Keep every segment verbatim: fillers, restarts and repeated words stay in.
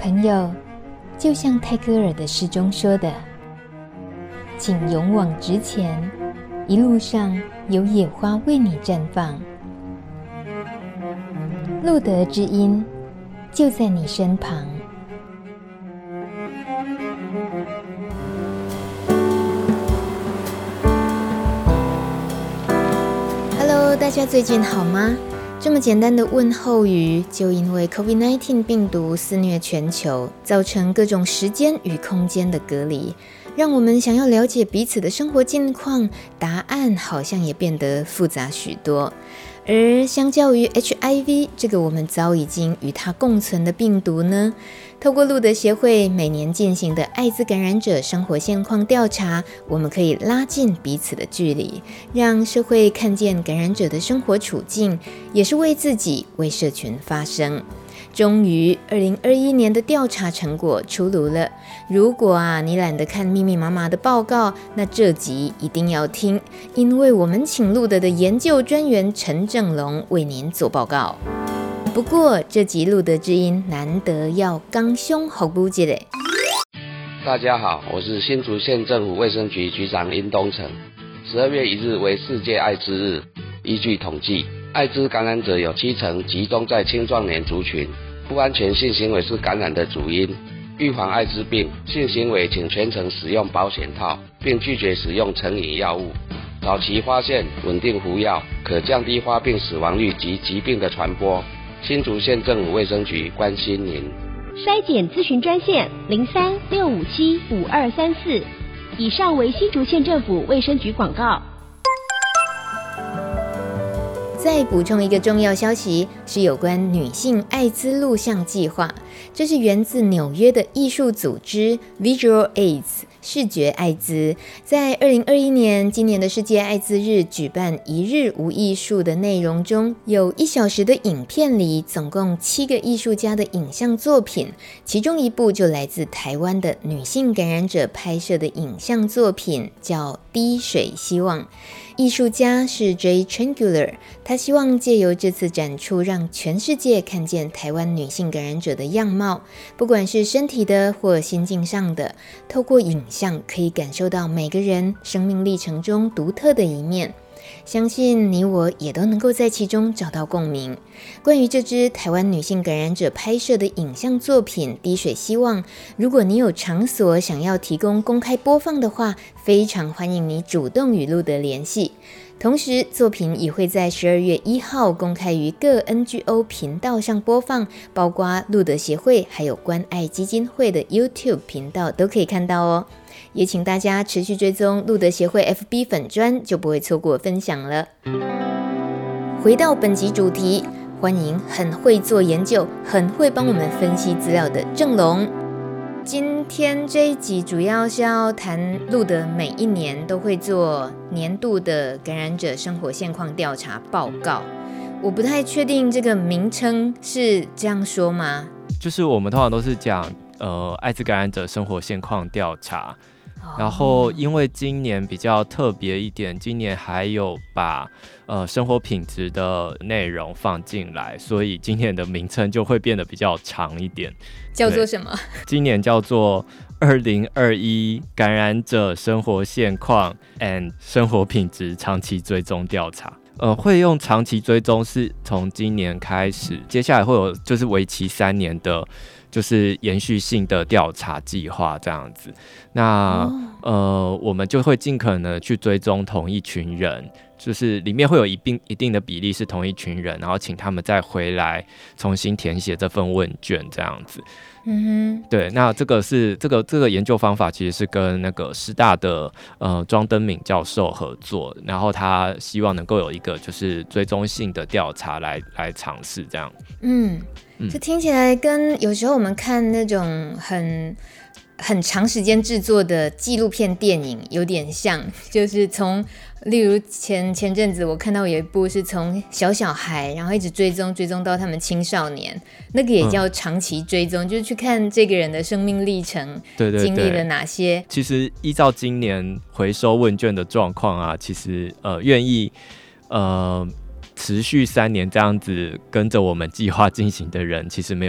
朋友，就像泰戈尔的诗中说的，请勇往直前，一路上有野花为你绽放。路德之音就在你身旁。Hello， 大家最近好吗？这么简单的问候语，就因为 COVID 十九 病毒肆虐全球，造成各种时间与空间的隔离，让我们想要了解彼此的生活近况，答案好像也变得复杂许多。而相较于 H I V 这个我们早已经与它共存的病毒呢，透过路德协会每年进行的艾滋感染者生活现况调查，我们可以拉近彼此的距离，让社会看见感染者的生活处境，也是为自己、为社群发声。终于二零二一年的调查成果出炉了，如果啊你懒得看密密麻麻的报告，那这集一定要听，因为我们请路德的研究专员陈正龙为您做报告。不过这集路德之音难得要刚胸好不记嘞。 大家好，我是新竹县政府卫生局局长林东成。十二月一日为世界艾滋日，依据统计，艾滋感染者有七成集中在青壮年族群，不安全性行为是感染的主因。预防艾滋病，性行为请全程使用保险套，并拒绝使用成瘾药物。早期发现、稳定服药，可降低发病死亡率及疾病的传播。新竹县政府卫生局关心您。 筛检咨询专线零三六五七五二三四。以上为新竹县政府卫生局广告。 再补充一个重要消息，是有关女性艾滋录像计划，这是源自纽约的艺术组织 Visual AIDS 视觉艾滋，在二零二一年今年的世界艾滋日举办一日无艺术的内容中，有一小时的影片里总共七个艺术家的影像作品，其中一部就来自台湾的女性感染者拍摄的影像作品，叫滴水希望。艺术家是 Jay Triangular， 他希望借由这次展出，让全世界看见台湾女性感染者的样貌，不管是身体的或心境上的，透过影像可以感受到每个人生命历程中独特的一面。相信你我也都能够在其中找到共鸣。关于这支台湾女性感染者拍摄的影像作品《滴水希望》，如果你有場所想要提供公开播放的话，非常欢迎你主动与路德联系。同时，作品也会在十二月一号公开于各 N G O 频道上播放，包括路德协会还有关爱基金会的 YouTube 频道都可以看到哦。也请大家持续追踪路德协会 F B 粉专，就不会错过分享了。回到本集主题，欢迎很会做研究、很会帮我们分析资料的正龙。今天这一集主要是要谈路德每一年都会做年度的感染者生活现况调查报告。我不太确定这个名称是这样说吗？ 就是我们通常都是讲呃艾滋感染者生活现况调查。然后因为今年比较特别一点，今年还有把呃生活品质的内容放进来，所以今年的名称就会变得比较长一点。 叫做什么？ 今年叫做二零二一感染者生活现况 and 生活品质长期追踪调查。呃，会用长期追踪是从今年开始，接下来会有就是为期三年的就是延续性的调查计划这样子。那、哦、呃，我们就会尽可能去追踪同一群人，就是里面会有一定一定的比例是同一群人，然后请他们再回来重新填写这份问卷这样子。嗯哼，对，那这个是这个这个研究方法其实是跟那个师大的呃庄登敏教授合作，然后他希望能够有一个就是追踪性的调查来来尝试这样。嗯， 这听起来跟有时候我们看那种很很长时间制作的纪录片电影有点像，就是从例如前前阵子我看到有一部是从小小孩然后一直追踪追踪到他们青少年，那个也叫长期追踪、嗯、就是去看这个人的生命历程，对对对，经历了哪些。 其实依照今年回收问卷的状况啊，其实呃愿意呃持续三年这样子跟着我们计划进行的人其实没有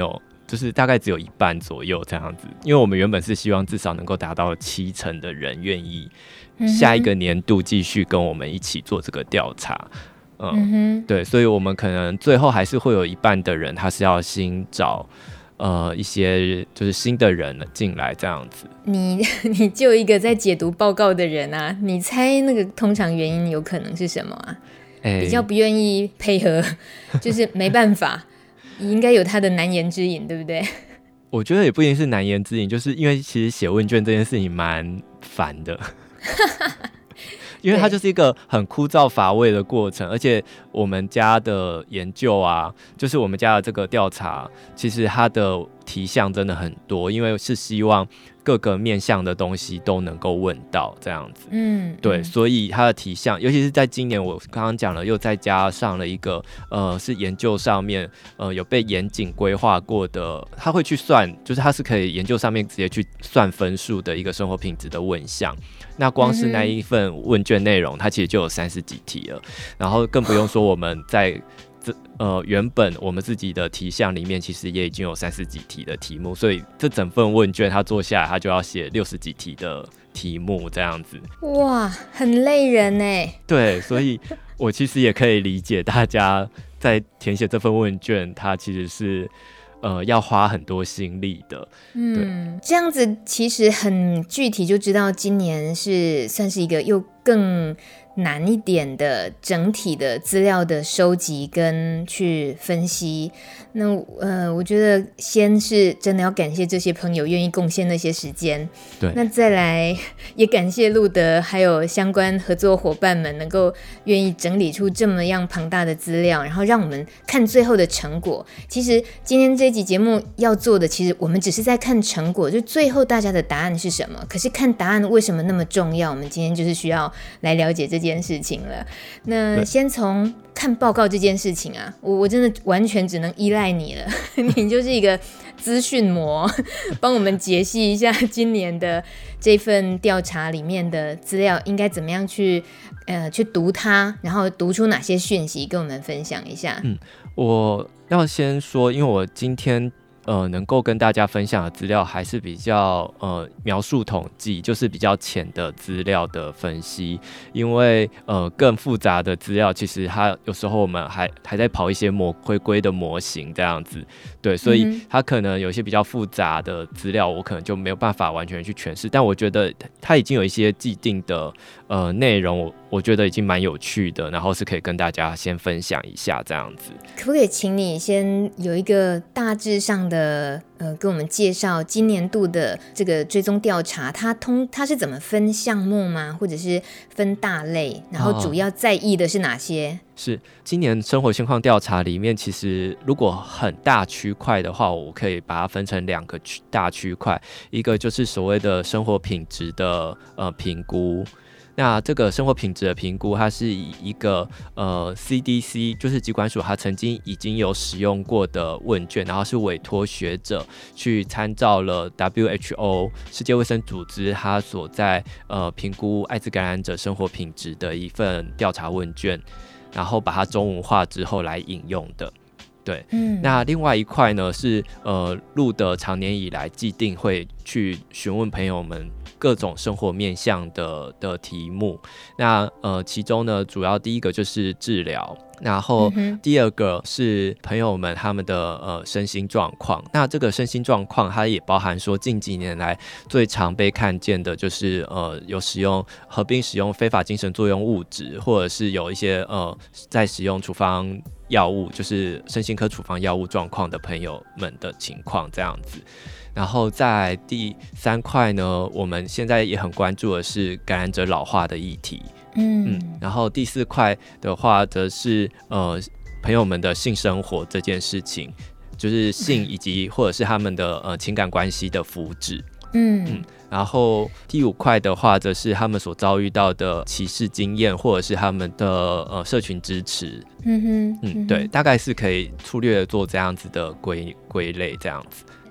就是大概只有一半左右这样子，因为我们原本是希望至少能够达到七成的人愿意下一个年度继续跟我们一起做这个调查。嗯, 嗯哼，对，所以我们可能最后还是会有一半的人他是要新找呃一些就是新的人进来这样子。 你你就一个在解读报告的人啊，你猜那个通常原因有可能是什么啊？欸、比较不愿意配合，就是没办法，应该有他的难言之隐，对不对？ 我觉得也不一定是难言之隐，就是因为其实写问卷这件事情蛮烦的。因为它就是一个很枯燥乏味的过程，而且我们家的研究啊，就是我们家的这个调查，其实它的题项真的很多，因为是希望各个面向的东西都能够问到这样子。嗯，对，嗯、所以它的题项，尤其是在今年，我刚刚讲了，又再加上了一个呃，是研究上面呃有被严谨规划过的，它会去算，就是它是可以研究上面直接去算分数的一个生活品质的问项。那光是那一份问卷内容，它其实就有三十几题了，然后更不用说我们在呃原本我们自己的题项里面，其实也已经有三十几题的题目，所以这整份问卷它做下来，它就要写六十几题的题目这样子。 哇，很累人耶。 对，所以我其实也可以理解大家在填写这份问卷，它其实是。呃，要花很多心力的， 嗯，这样子其实很具体，就知道今年是算是一个又更难一点的整体的资料的收集跟去分析。那呃，我觉得先是真的要感谢这些朋友愿意贡献那些时间， 对。 那再来也感谢路德还有相关合作伙伴们能够愿意整理出这么样庞大的资料，然后让我们看最后的成果。其实今天这集节目要做的，其实我们只是在看成果，就最后大家的答案是什么。可是看答案为什么那么重要，我们今天就是需要来了解这件事情了。那先从看报告这件事情啊，我我真的完全只能依赖你了，你就是一个资讯魔，帮我们解析一下今年的这份调查里面的资料应该怎么样去呃去读它，然后读出哪些讯息，跟我们分享一下。 嗯，我要先说，因为我今天呃，能够跟大家分享的资料还是比较呃描述统计，就是比较浅的资料的分析，因为呃更复杂的资料，其实它有时候我们还还在跑一些模回归的模型这样子，对，所以它可能有一些比较复杂的资料，我可能就没有办法完全去诠释，但我觉得它已经有一些既定的呃内容，我我觉得已经蛮有趣的，然后是可以跟大家先分享一下这样子。 可不可以请你先有一个大致上的的呃，跟我们介绍今年度的这个追踪调查，它通它是怎么分项目吗？或者是分大类？然后主要在意的是哪些？ 哦、是今年生活现况调查里面，其实如果很大区块的话，我可以把它分成两个大区块，一个就是所谓的生活品质的呃评估。那这个生活品质的评估，它是以一个呃 C D C， 就是疾管署，它曾经已经有使用过的问卷，然后是委托学者去参照了 W H O 世界卫生组织它所在呃评估艾滋感染者生活品质的一份调查问卷，然后把它中文化之后来引用的。对，嗯，那另外一块呢是呃路德长年以来既定会去询问朋友们各种生活面向的的题目。那呃其中呢，主要第一个就是治疗，然后第二个是朋友们他们的呃身心状况。那这个身心状况，它也包含说近几年来最常被看见的就是呃有使用合并使用非法精神作用物质，或者是有一些呃在使用处方药物，就是身心科处方药物状况的朋友们的情况这样子。然后在第三块呢，我们现在也很关注的是感染者老化的议题。嗯, 嗯然后第四块的话，则是呃朋友们的性生活这件事情，就是性以及或者是他们的呃情感关系的福祉。嗯嗯，然后第五块的话，则是他们所遭遇到的歧视经验，或者是他们的呃社群支持。嗯哼，嗯，对，大概是可以粗略的做这样子的归归类，这样子。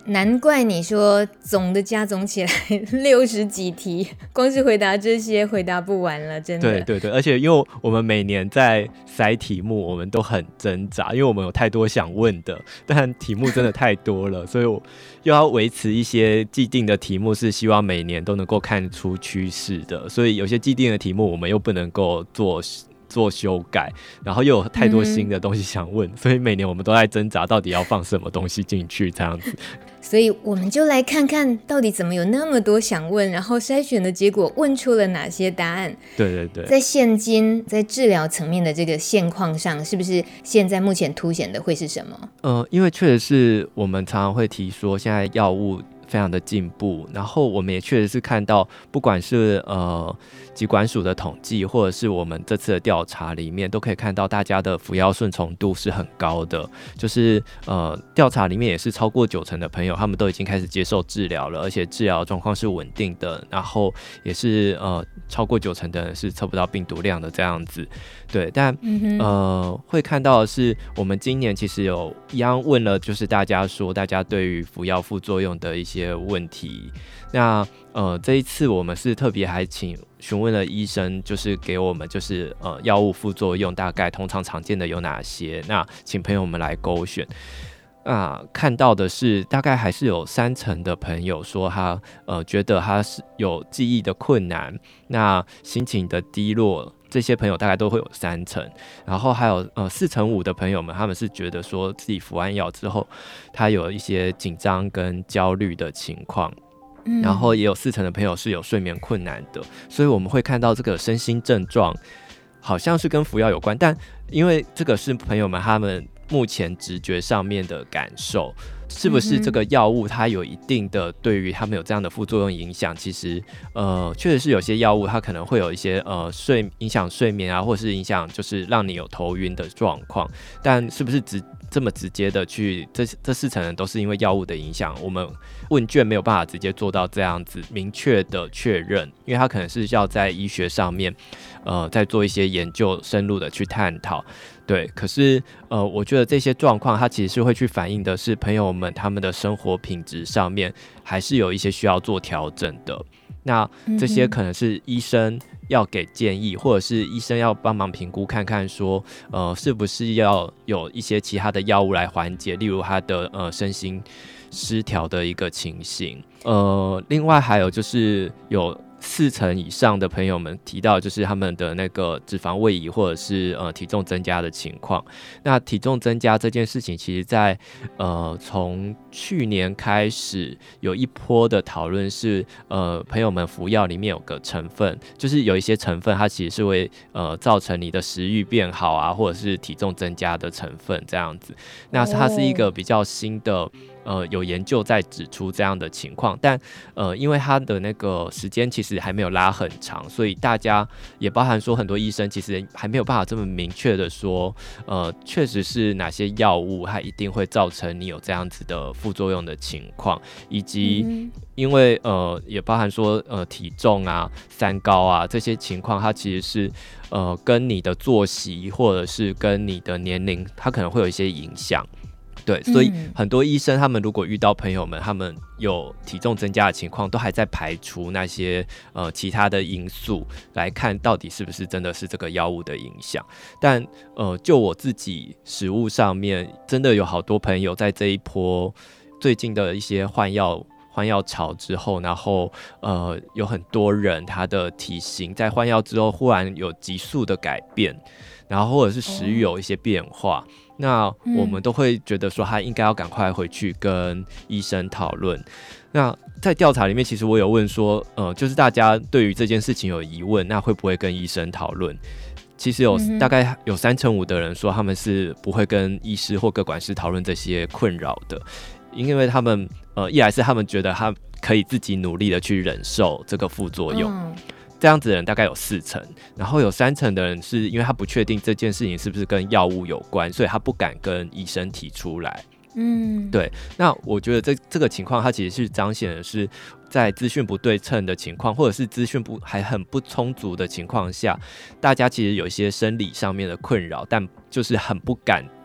难怪你说总的加总起来六十几题，光是回答这些回答不完了，真的。 对对对，而且因为我们每年在筛题目，我们都很挣扎，因为我们有太多想问的，但题目真的太多了，所以我又要维持一些既定的题目，是希望每年都能够看出趋势的，所以有些既定的题目我们又不能够做做修改，然后又有太多新的东西想问、嗯、所以每年我们都在挣扎到底要放什么东西进去这样子。 所以我们就来看看到底怎么有那么多想问，然后筛选的结果问出了哪些答案。 对对对， 在现今在治疗层面的这个现况上，是不是现在目前凸显的会是什么？ 呃，因为确实是我们常常会提说现在药物非常的进步，然后我们也确实是看到不管是呃疾管署的统计，或者是我们这次的调查里面，都可以看到大家的服药顺从度是很高的，就是呃调查里面也是超过九成的朋友他们都已经开始接受治疗了，而且治疗状况是稳定的，然后也是呃超过九成的人是测不到病毒量的这样子。对，但、嗯、呃会看到的是我们今年其实有一样问了，就是大家说大家对于服药副作用的一些问题，那呃这一次我们是特别还请询问了医生，就是给我们就是呃药物副作用大概通常常见的有哪些，那请朋友们来勾选。那看到的是大概还是有三成的朋友说他呃觉得他是有记忆的困难，那心情的低落，这些朋友大概都会有三成，然后还有呃四成五的朋友们，他们是觉得说自己服完药之后，他有一些紧张跟焦虑的情况，嗯、然后也有四成的朋友是有睡眠困难的，所以我们会看到这个身心症状好像是跟服药有关，但因为这个是朋友们他们目前直觉上面的感受，是不是这个药物它有一定的对于他们有这样的副作用影响？其实呃，确实是有些药物它可能会有一些呃睡影响睡眠啊，或是影响就是让你有头晕的状况，但是不是直这么直接的去这这四成人都是因为药物的影响，我们问卷没有办法直接做到这样子明确的确认，因为它可能是要在医学上面呃再做一些研究深入的去探讨。对，可是呃，我觉得这些状况它其实是会去反映的是朋友们他们的生活品质上面还是有一些需要做调整的。那这些可能是医生要给建议，或者是医生要帮忙评估看看说，呃，是不是要有一些其他的药物来缓解，例如他的呃身心失调的一个情形。呃，另外还有就是有四成以上的朋友们提到，就是他们的那个脂肪位移或者是呃体重增加的情况。那体重增加这件事情，其实在呃从去年开始有一波的讨论是，呃朋友们服药里面有个成分，就是有一些成分它其实是会呃造成你的食欲变好啊，或者是体重增加的成分这样子。那它是一个比较新的。呃，有研究在指出这样的情况，但呃，因为它的那个时间其实还没有拉很长，所以大家也包含说很多医生其实还没有办法这么明确的说，呃，确实是哪些药物它一定会造成你有这样子的副作用的情况，以及因为呃也包含说呃体重啊、三高啊这些情况，它其实是呃跟你的作息或者是跟你的年龄，它可能会有一些影响。对，所以很多医生他们如果遇到朋友们他们有体重增加的情况，都还在排除那些呃其他的因素来看到底是不是真的是这个药物的影响。但呃就我自己实务上面，真的有好多朋友在这一波最近的一些换药换药潮之后，然后呃有很多人他的体型在换药之后忽然有急速的改变，然后或者是食欲有一些变化。哦，那我们都会觉得说他应该要赶快回去跟医生讨论。那在调查里面，其实我有问说，呃，就是大家对于这件事情有疑问，那会不会跟医生讨论？其实有大概有三成五的人说他们是不会跟医师或个管师讨论这些困扰的，因为他们呃一来是他们觉得他可以自己努力的去忍受这个副作用。嗯，这样子的人大概有四成，然后有三成的人是因为他不确定这件事情是不是跟药物有关，所以他不敢跟医生提出来。嗯，对。那我觉得这这个情况，它其实是彰显的是在资讯不对称的情况，或者是资讯不还很不充足的情况下，大家其实有一些生理上面的困扰，但就是很不敢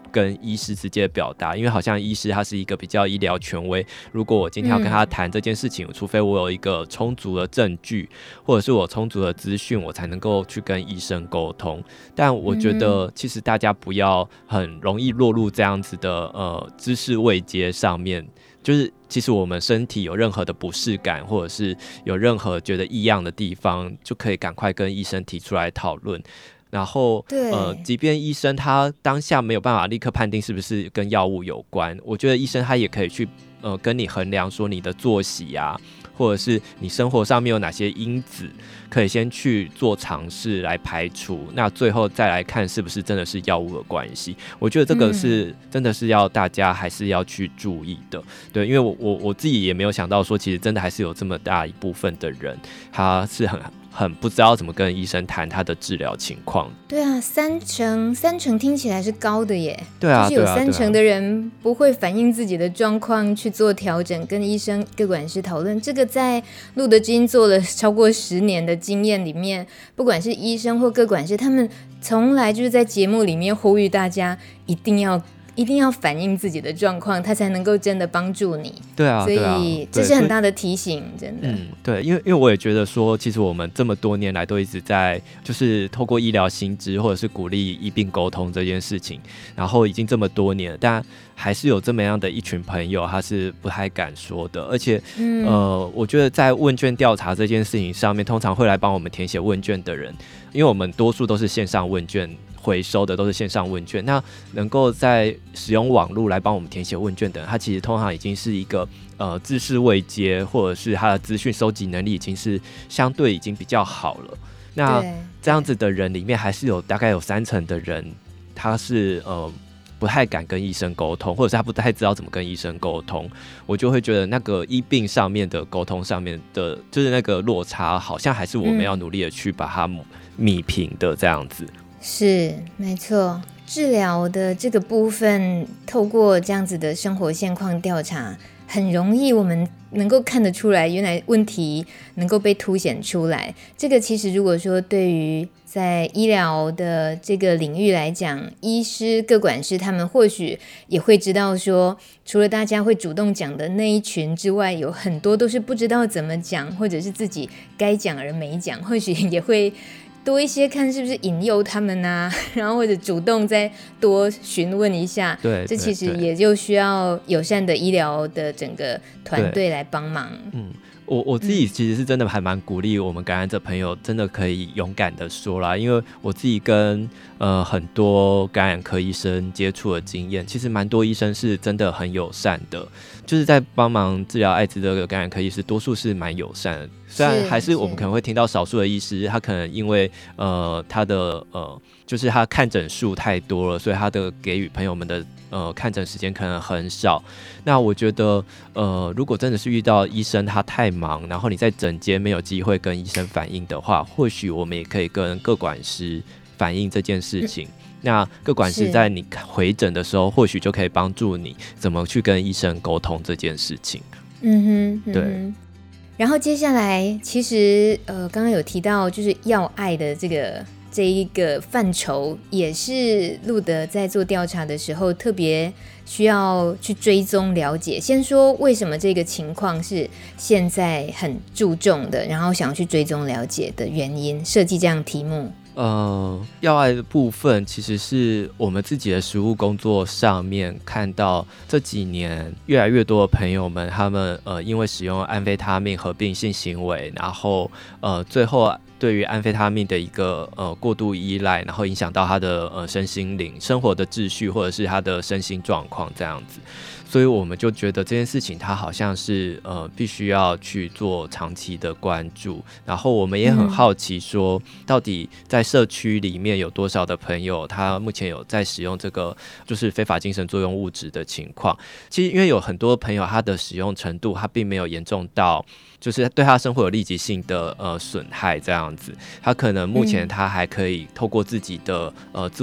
跟医师直接表达，因为好像医师他是一个比较医疗权威，如果我今天要跟他谈这件事情、嗯、除非我有一个充足的证据或者是我充足的资讯，我才能够去跟医生沟通。但我觉得其实大家不要很容易落入这样子的呃知识位阶上面，就是其实我们身体有任何的不适感或者是有任何觉得异样的地方，就可以赶快跟医生提出来讨论。然后呃，即便医生他当下没有办法立刻判定是不是跟药物有关，我觉得医生他也可以去呃跟你衡量说你的作息啊，或者是你生活上面有哪些因子可以先去做尝试来排除，那最后再来看是不是真的是药物的关系。我觉得这个是真的是要大家还是要去注意的。对，因为我我我自己也没有想到说其实真的还是有这么大一部分的人他是很很不知道怎么跟医生谈他的治疗情况。 对啊，三成三成听起来是高的耶。 对啊， 就是有三成的人不会反映自己的状况去做调整，跟医生个管师讨论。这个在路德基因做了超过十年的经验里面，不管是医生或个管师，他们从来就是在节目里面呼吁大家一定要一定要反映自己的状况，他才能够真的帮助你。 对啊， 所以这是很大的提醒，真的。 嗯，对，因为因为我也觉得说，其实我们这么多年来都一直在就是透过医疗新知或者是鼓励医病沟通这件事情，然后已经这么多年了，但还是有这么样的一群朋友，他是不太敢说的。而且，嗯、呃，我觉得在问卷调查这件事情上面，通常会来帮我们填写问卷的人，因为我们多数都是线上问卷。回收的都是线上问卷，那能够在使用网络来帮我们填写问卷的人，他其实通常已经是一个呃知识位阶，或者是他的资讯收集能力已经是相对已经比较好了。那这样子的人里面，还是有大概有三成的人，他是呃不太敢跟医生沟通，或者是他不太知道怎么跟医生沟通。我就会觉得那个医病上面的沟通上面的，就是那个落差，好像还是我们要努力的去把它弭平的这样子。 是，没错。治疗的这个部分，透过这样子的生活现况调查，很容易我们能够看得出来，原来问题能够被凸显出来。这个其实如果说对于在医疗的这个领域来讲，医师、个管师他们或许也会知道说，除了大家会主动讲的那一群之外，有很多都是不知道怎么讲，或者是自己该讲而没讲，或许也会多一些看是不是引诱他们啊，然后或者主动再多询问一下。 对， 这其实也就需要友善的医疗的整个团队来帮忙。嗯， 我我自己其实是真的还蛮鼓励我们感染者朋友真的可以勇敢的说啦，因为我自己跟呃很多感染科医生接触的经验，其实蛮多医生是真的很友善的，就是在帮忙治疗艾滋的感染科医师，多数是蛮友善的。虽然还是我们可能会听到少数的医师，他可能因为呃他的呃就是他看诊数太多了，所以他的给予朋友们的呃看诊时间可能很少。那我觉得呃如果真的是遇到医生他太忙，然后你在诊间没有机会跟医生反映的话，或许我们也可以跟个管师反映这件事情。嗯，那个管师在你回诊的时候，或许就可以帮助你怎么去跟医生沟通这件事情。 嗯哼， 对。 嗯，然后接下来，其实呃，刚刚有提到就是药爱的这个这一个范畴，也是路德在做调查的时候特别需要去追踪了解。先说为什么这个情况是现在很注重的，然后想要去追踪了解的原因，设计这样题目。 呃，药爱的部分其实是我们自己的实务工作上面看到这几年越来越多的朋友们，他们呃因为使用安非他命合并性行为，然后呃最后对于安非他命的一个呃过度依赖，然后影响到他的呃身心灵生活的秩序，或者是他的身心状况这样子。所以我们就觉得这件事情它好像是呃必须要去做长期的关注，然后我们也很好奇说，到底在社区里面有多少的朋友他目前有在使用这个就是非法精神作用物质的情况。其实因为有很多朋友他的使用程度他并没有严重到就是对他生活有立即性的呃损害这样子，他可能目前他还可以透过自己的呃自我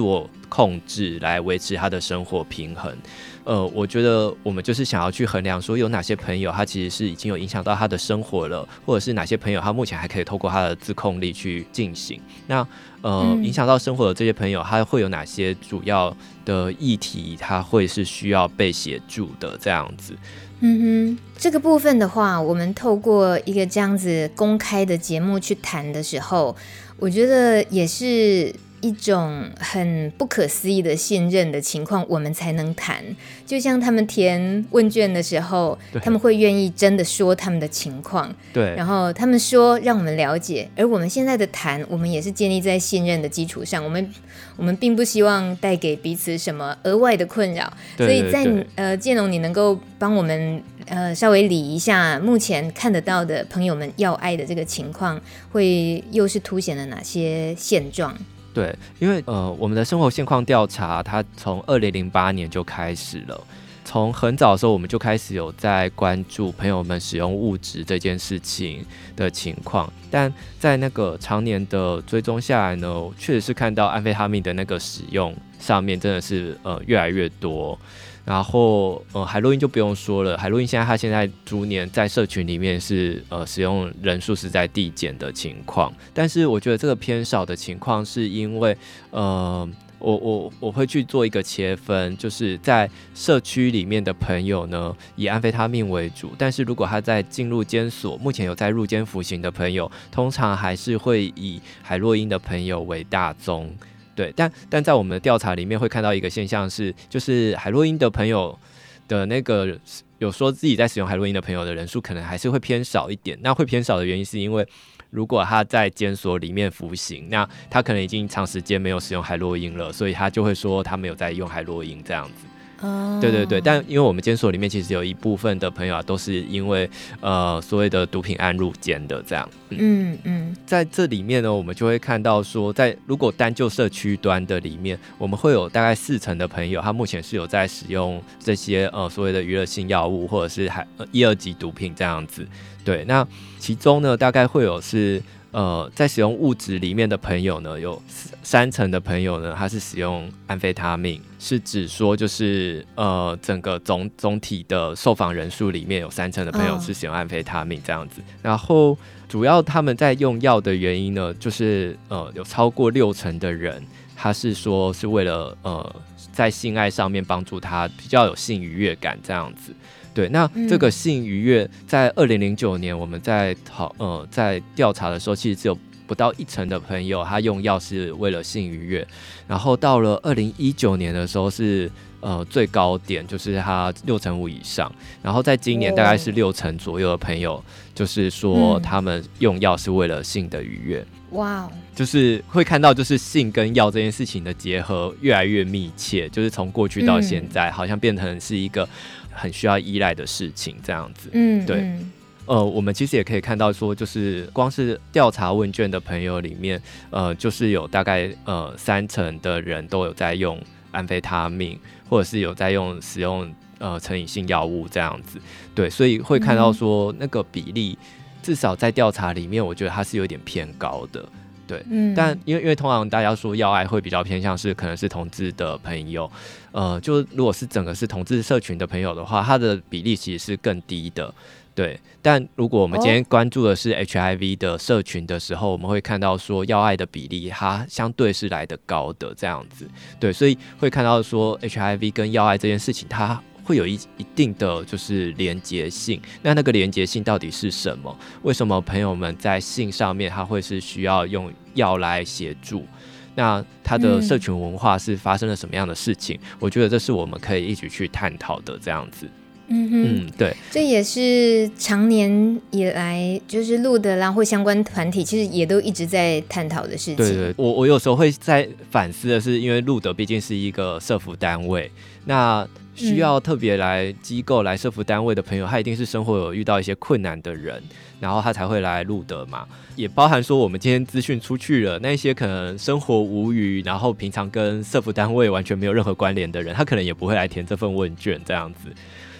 控制来维持他的生活平衡。呃，我觉得我们就是想要去衡量说有哪些朋友他其实是已经有影响到他的生活了，或者是哪些朋友他目前还可以透过他的自控力去进行。那呃， 嗯、 影响到生活的这些朋友，他会有哪些主要的议题，他会是需要被协助的这样子。 嗯哼，这个部分的话，我们透过一个这样子公开的节目去谈的时候，我觉得也是一种很不可思议的信任的情况，我们才能谈。就像他们填问卷的时候，他们会愿意真的说他们的情况， 对， 然后他们说让我们了解，而我们现在的谈，我们也是建立在信任的基础上，我们我们并不希望带给彼此什么额外的困扰， 对对对， 所以在呃建龙，你能够帮我们呃稍微理一下目前看得到的朋友们要爱的这个情况，会又是凸显了哪些现状？ 对，因为呃，我们的生活现况调查，它从二零零八年就开始了。从很早的时候，我们就开始有在关注朋友们使用物质这件事情的情况，但在那个常年的追踪下来呢，确实是看到安非他命的那个使用上面真的是呃越来越多。然后呃，海洛因就不用说了，海洛因现在它现在逐年在社群里面是呃使用人数是在递减的情况，但是我觉得这个偏少的情况是因为呃。我我我会去做一个切分，就是在社区里面的朋友呢，以安非他命为主，但是如果他在进入监所，目前有在入监服刑的朋友，通常还是会以海洛因的朋友为大宗。对，但但在我们的调查里面会看到一个现象是，就是海洛因的朋友的那个有说自己在使用海洛因的朋友的人数可能还是会偏少一点。那会偏少的原因是因为如果他在监所里面服刑，那他可能已经长时间没有使用海洛因了，所以他就会说他没有在用海洛因这样子。Oh. 对对对，但因为我们监所里面其实有一部分的朋友啊，都是因为呃所谓的毒品案入监的这样。嗯嗯，在这里面呢，我们就会看到说，在如果单就社区端的里面，我们会有大概四成的朋友，他目前是有在使用这些呃所谓的娱乐性药物或者是还、呃、一二级毒品这样子。对，那其中呢，大概会有是。呃，在使用物质里面的朋友呢，有三成的朋友呢，他是使用安非他命，是指说就是呃，整个总总体的受访人数里面有三成的朋友是使用安非他命这样子。Oh. 然后主要他们在用药的原因呢，就是呃，有超过六成的人，他是说是为了呃，在性爱上面帮助他比较有性愉悦感这样子。对，那这个性愉悦在二零零九年我们在讨呃在调查的时候，其实只有不到一成的朋友他用药是为了性愉悦，然后到了二零一九年的时候是呃最高点，就是他六成五以上，然后在今年大概是六成左右的朋友，就是说他们用药是为了性的愉悦。哇、wow. 就是会看到就是性跟药这件事情的结合越来越密切，就是从过去到现在、嗯、好像变成是一个很需要依赖的事情这样子。嗯，对。嗯呃，我们其实也可以看到说，就是光是调查问卷的朋友里面，呃，就是有大概呃三成的人都有在用安非他命，或者是有在用使用呃成瘾性药物这样子。对，所以会看到说那个比例。嗯至少在调查里面，我觉得它是有点偏高的，对，嗯，但因为因为通常大家说药爱会比较偏向是可能是同志的朋友，呃，就如果是整个是同志社群的朋友的话，它的比例其实是更低的，对。但如果我们今天关注的是 H I V 的社群的时候，我们会看到说药爱的比例它相对是来得高的这样子，对，所以会看到说 H I V 跟药爱这件事情它。会有 一, 一定的就是连结性，那那个连结性到底是什么？为什么朋友们在性上面他会是需要用药来协助？那他的社群文化是发生了什么样的事情？嗯、我觉得这是我们可以一起去探讨的这样子。嗯哼，嗯，对， 这也是常年以来就是路德啦或相关团体其实也都一直在探讨的事情。 对对，我我有时候会在反思的是，因为路德毕竟是一个社福单位，那需要特别来机构来社福单位的朋友，他一定是生活有遇到一些困难的人，然后他才会来路德嘛。也包含说我们今天资讯出去了，那一些可能生活无虞，然后平常跟社福单位完全没有任何关联的人，他可能也不会来填这份问卷这样子。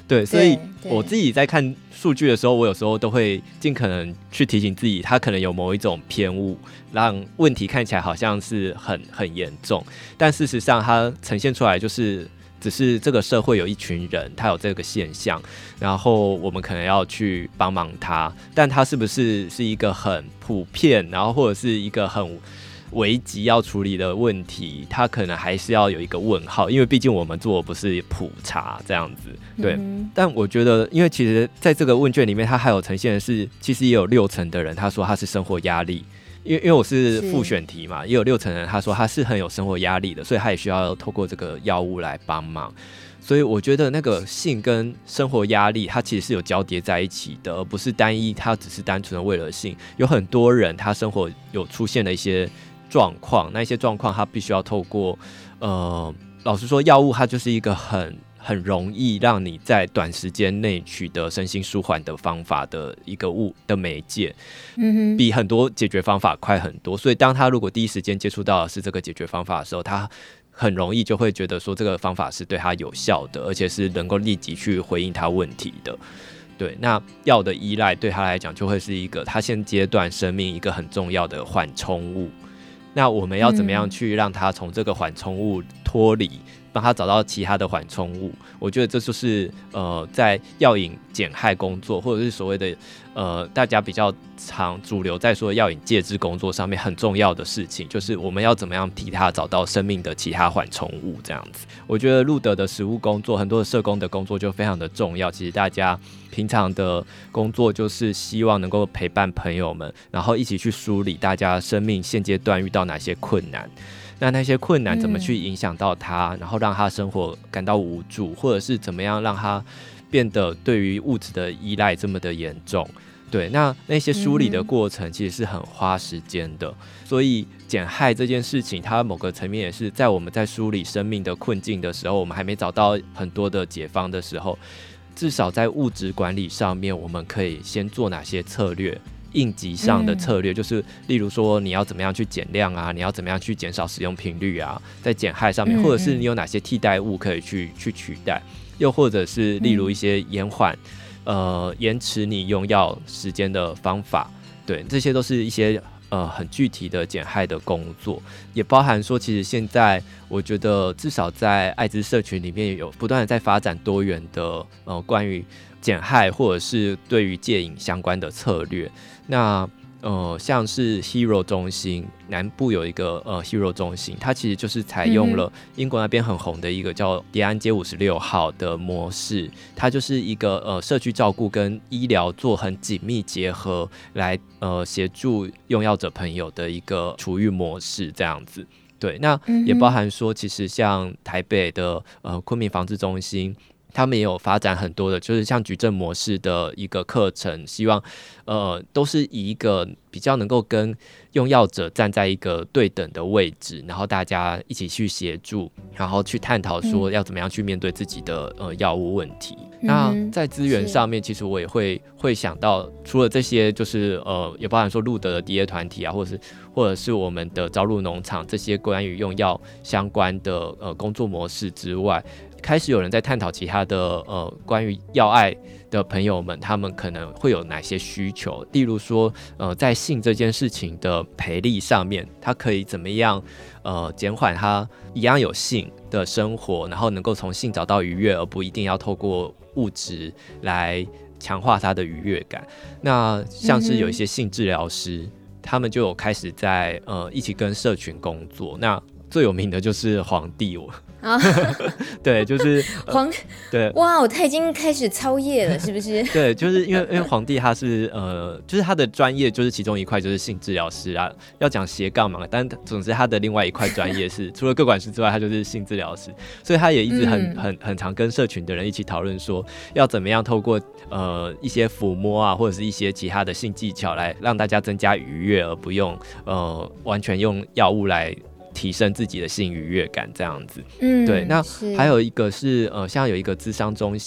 对，所以我自己在看数据的时候，我有时候都会尽可能去提醒自己，它可能有某一种偏误，让问题看起来好像是很很严重，但事实上它呈现出来就是只是这个社会有一群人他有这个现象，然后我们可能要去帮忙他，但他是不是是一个很普遍，然后或者是一个很危急要处理的问题，它可能还是要有一个问号，因为毕竟我们做的不是普查这样子，对、嗯。但我觉得，因为其实在这个问卷里面，它还有呈现的是，其实也有六成的人他说他是生活压力，因为因为我是复选题嘛，也有六成人他说他是很有生活压力的，所以他也需要透过这个药物来帮忙。所以我觉得那个性跟生活压力它其实是有交叠在一起的，而不是单一它只是单纯的为了性。有很多人他生活有出现了一些状况，那一些状况他必须要透过呃，老实说药物它就是一个很很容易让你在短时间内取得身心舒缓的方法的一个物的媒介、嗯、比很多解决方法快很多。所以当他如果第一时间接触到的是这个解决方法的时候，他很容易就会觉得说这个方法是对他有效的，而且是能够立即去回应他问题的。对，那药的依赖对他来讲就会是一个他现阶段生命一个很重要的缓冲物。那我们要怎么样去让他从这个缓冲物脱离，帮他找到其他的缓冲物？我觉得这就是呃，在药瘾减害工作，或者是所谓的呃，大家比较常主流在说药瘾戒治工作上面很重要的事情，就是我们要怎么样替他找到生命的其他缓冲物这样子。我觉得路德的实务工作，很多的社工的工作就非常的重要。其实大家平常的工作就是希望能够陪伴朋友们，然后一起去梳理大家生命现阶段遇到哪些困难，那那些困难怎么去影响到他、嗯、然后让他生活感到无助，或者是怎么样让他变得对于物质的依赖这么的严重。对，那那些梳理的过程其实是很花时间的、嗯、所以减害这件事情它某个层面也是在我们在梳理生命的困境的时候，我们还没找到很多的解方的时候，至少在物质管理上面我们可以先做哪些策略，应急上的策略、嗯、就是例如说你要怎么样去减量啊，你要怎么样去减少使用频率啊，在减害上面、嗯、或者是你有哪些替代物可以去去取代，又或者是例如一些延缓、嗯呃，延迟你用药时间的方法，对，这些都是一些呃很具体的减害的工作，也包含说，其实现在我觉得至少在艾滋社群里面有不断的在发展多元的呃关于减害或者是对于戒瘾相关的策略。那呃，像是 Hero 中心南部有一个呃 Hero 中心，它其实就是采用了英国那边很红的一个叫蝶安街五十六号的模式，它就是一个呃社区照顾跟医疗做很紧密结合，来呃协助用药者朋友的一个处遇模式这样子。对，那也包含说，其实像台北的呃昆明防治中心，他们也有发展很多的，就是像矩阵模式的一个课程，希望呃都是以一个比较能够跟用药者站在一个对等的位置，然后大家一起去协助，然后去探讨说要怎么样去面对自己的呃药物问题。嗯、那在资源上面，其实我也会会想到，除了这些，就是呃也包含说路德的 D A 团体啊，或者是或者是我们的朝露农场这些关于用药相关的呃工作模式之外，开始有人在探讨其他的呃关于药爱的朋友们，他们可能会有哪些需求，例如说呃在性这件事情的培力上面，他可以怎么样呃减缓他一样有性的生活，然后能够从性找到愉悦，而不一定要透过物质来强化他的愉悦感。那像是有一些性治疗师、嗯、他们就有开始在呃一起跟社群工作，那最有名的就是皇帝我啊，对，就是皇、呃， 对， 哇，他已经开始操业了，是不是？ 对，就是因为因为皇帝他是呃，就是他的专业就是其中一块就是性治疗师啊，要讲斜杠嘛，但总之他的另外一块专业是除了个管师之外，他就是性治疗师，所以他也一直很、嗯、很很常跟社群的人一起讨论说，要怎么样透过呃一些抚摸啊，或者是一些其他的性技巧来让大家增加愉悦，而不用呃完全用药物来提升自己的性愉悦感这样子。嗯，对。那还有一个是呃，像有一个諮商中心，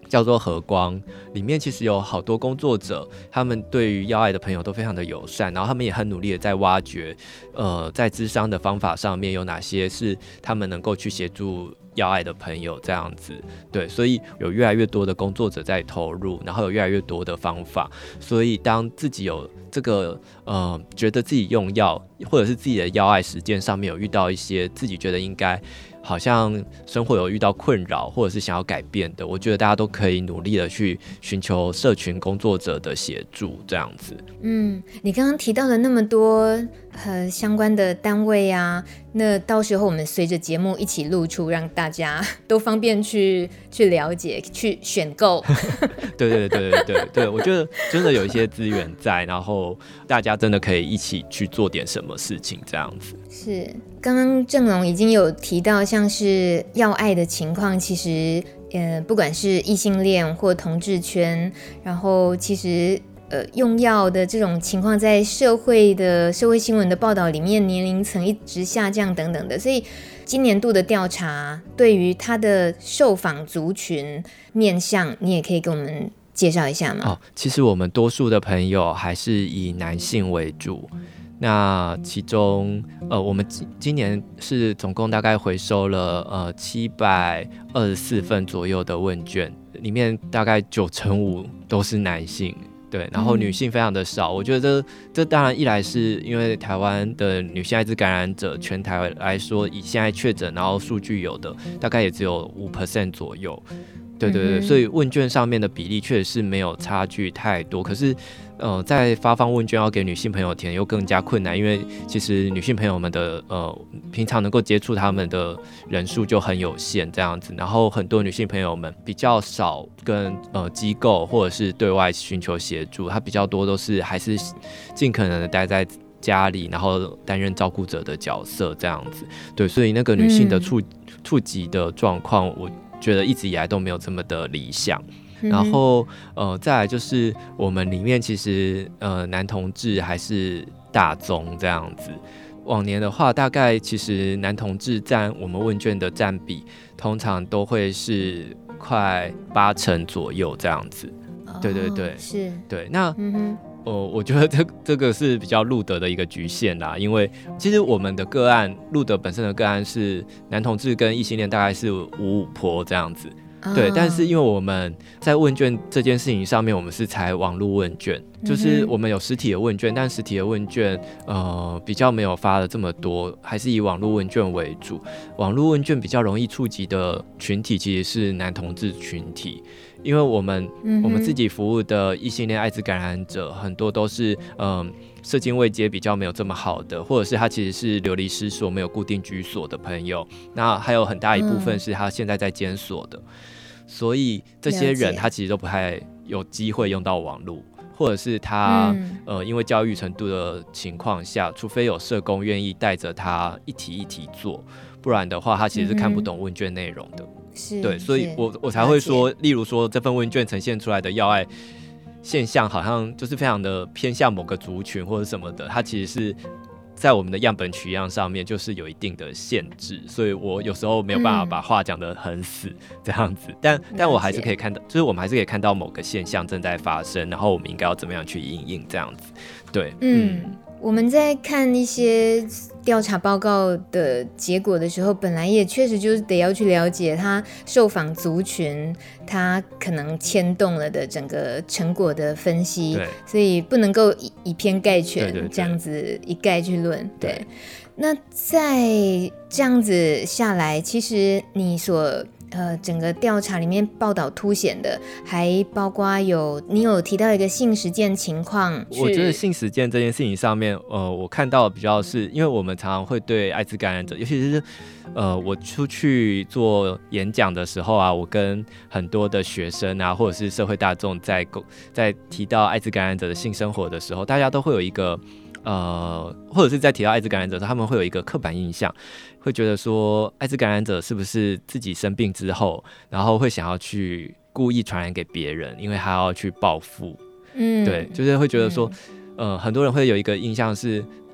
叫做和光，里面其实有好多工作者，他们对于要爱的朋友都非常的友善，然后他们也很努力的在挖掘，呃，在諮商的方法上面有哪些是他们能够去协助要爱的朋友这样子。对，所以有越来越多的工作者在投入，然后有越来越多的方法，所以当自己有这个呃觉得自己用药或者是自己的要爱实践上面有遇到一些自己觉得应该好像生活有遇到困扰或者是想要改变的，我觉得大家都可以努力的去寻求社群工作者的协助这样子。 嗯，你刚刚提到了那么多呃相关的单位啊，那到时候我们随着节目一起露出，让大家都方便去去了解去选购。 对对对对对对，我觉得真的有一些资源在，然后大家真的可以一起去做点什么事情这样子。 是，刚刚郑龙已经有提到，像是要爱的情况，其实呃，不管是异性恋或同志圈，然后其实呃，用药的这种情况，在社会的社会新闻的报道里面，年龄层一直下降等等的，所以今年度的调查对于他的受访族群面向，你也可以给我们介绍一下吗？ 哦，其实我们多数的朋友还是以男性为主。那其中，呃，我们今年是总共大概回收了呃七百二十四份左右的问卷，里面大概九成五都是男性，对，然后女性非常的少。嗯、我觉得 这, 这当然一来是因为台湾的女性艾滋感染者，全台来说，以现在确诊然后数据有的大概也只有 百分之五 左右。对对对，所以问卷上面的比例确实是没有差距太多，可是呃，在发放问卷要给女性朋友填又更加困难，因为其实女性朋友们的呃平常能够接触他们的人数就很有限这样子，然后很多女性朋友们比较少跟呃机构或者是对外寻求协助，她比较多都是还是尽可能的待在家里，然后担任照顾者的角色这样子。对，所以那个女性的触触及的状况，我觉得一直以来都没有这么的理想。然后呃，再来就是我们里面其实呃男同志还是大宗这样子。往年的话，大概其实男同志占我们问卷的占比，通常都会是快八成左右这样子。哦、对对对， 是， 对。那嗯哼。哦，我觉得这这个是比较路德的一个局限啦，因为其实我们的个案，路德本身的个案是男同志跟异性恋大概是五五坡这样子，哦、对。但是因为我们在问卷这件事情上面，我们是采网络问卷，就是我们有实体的问卷，但实体的问卷呃比较没有发的这么多，还是以网络问卷为主。网络问卷比较容易触及的群体其实是男同志群体。因为我们、嗯、我们自己服务的异性恋艾滋感染者很多都是嗯社经位阶比较没有这么好的，或者是他其实是流离失所没有固定居所的朋友，那还有很大一部分是他现在在监所的、嗯、所以这些人他其实都不太有机会用到网络，或者是他、嗯呃、因为教育程度的情况下，除非有社工愿意带着他一题一题做，不然的话他其实是看不懂问卷内容的、嗯对，所以我我才会说，例如说这份问卷呈现出来的要爱现象，好像就是非常的偏向某个族群或者什么的，它其实是在我们的样本取样上面就是有一定的限制，所以我有时候没有办法把话讲得很死这样子，嗯、但但我还是可以看到，就是我们还是可以看到某个现象正在发生，然后我们应该要怎么样去因应这样子，对，嗯。嗯我们在看一些调查报告的结果的时候，本来也确实就是得要去了解他受访族群他可能牵动了的整个成果的分析，所以不能够 以, 以偏概全，对对对，这样子一概去论。 对, 对，那在这样子下来，其实你所呃，整个调查里面报道凸显的，还包括有你有提到一个性实践情况。 我觉得性实践这件事情上面，呃，我看到的比较是，因为我们常常会对艾滋感染者，尤其是呃，我出去做演讲的时候啊，我跟很多的学生啊，或者是社会大众在在提到艾滋感染者的性生活的时候，大家都会有一个。呃，或者是在提到艾滋感染者，他们会有一个刻板印象，会觉得说艾滋感染者是不是自己生病之后，然后会想要去故意传染给别人，因为他要去报复。嗯，对，就是会觉得说，嗯、呃，很多人会有一个印象是，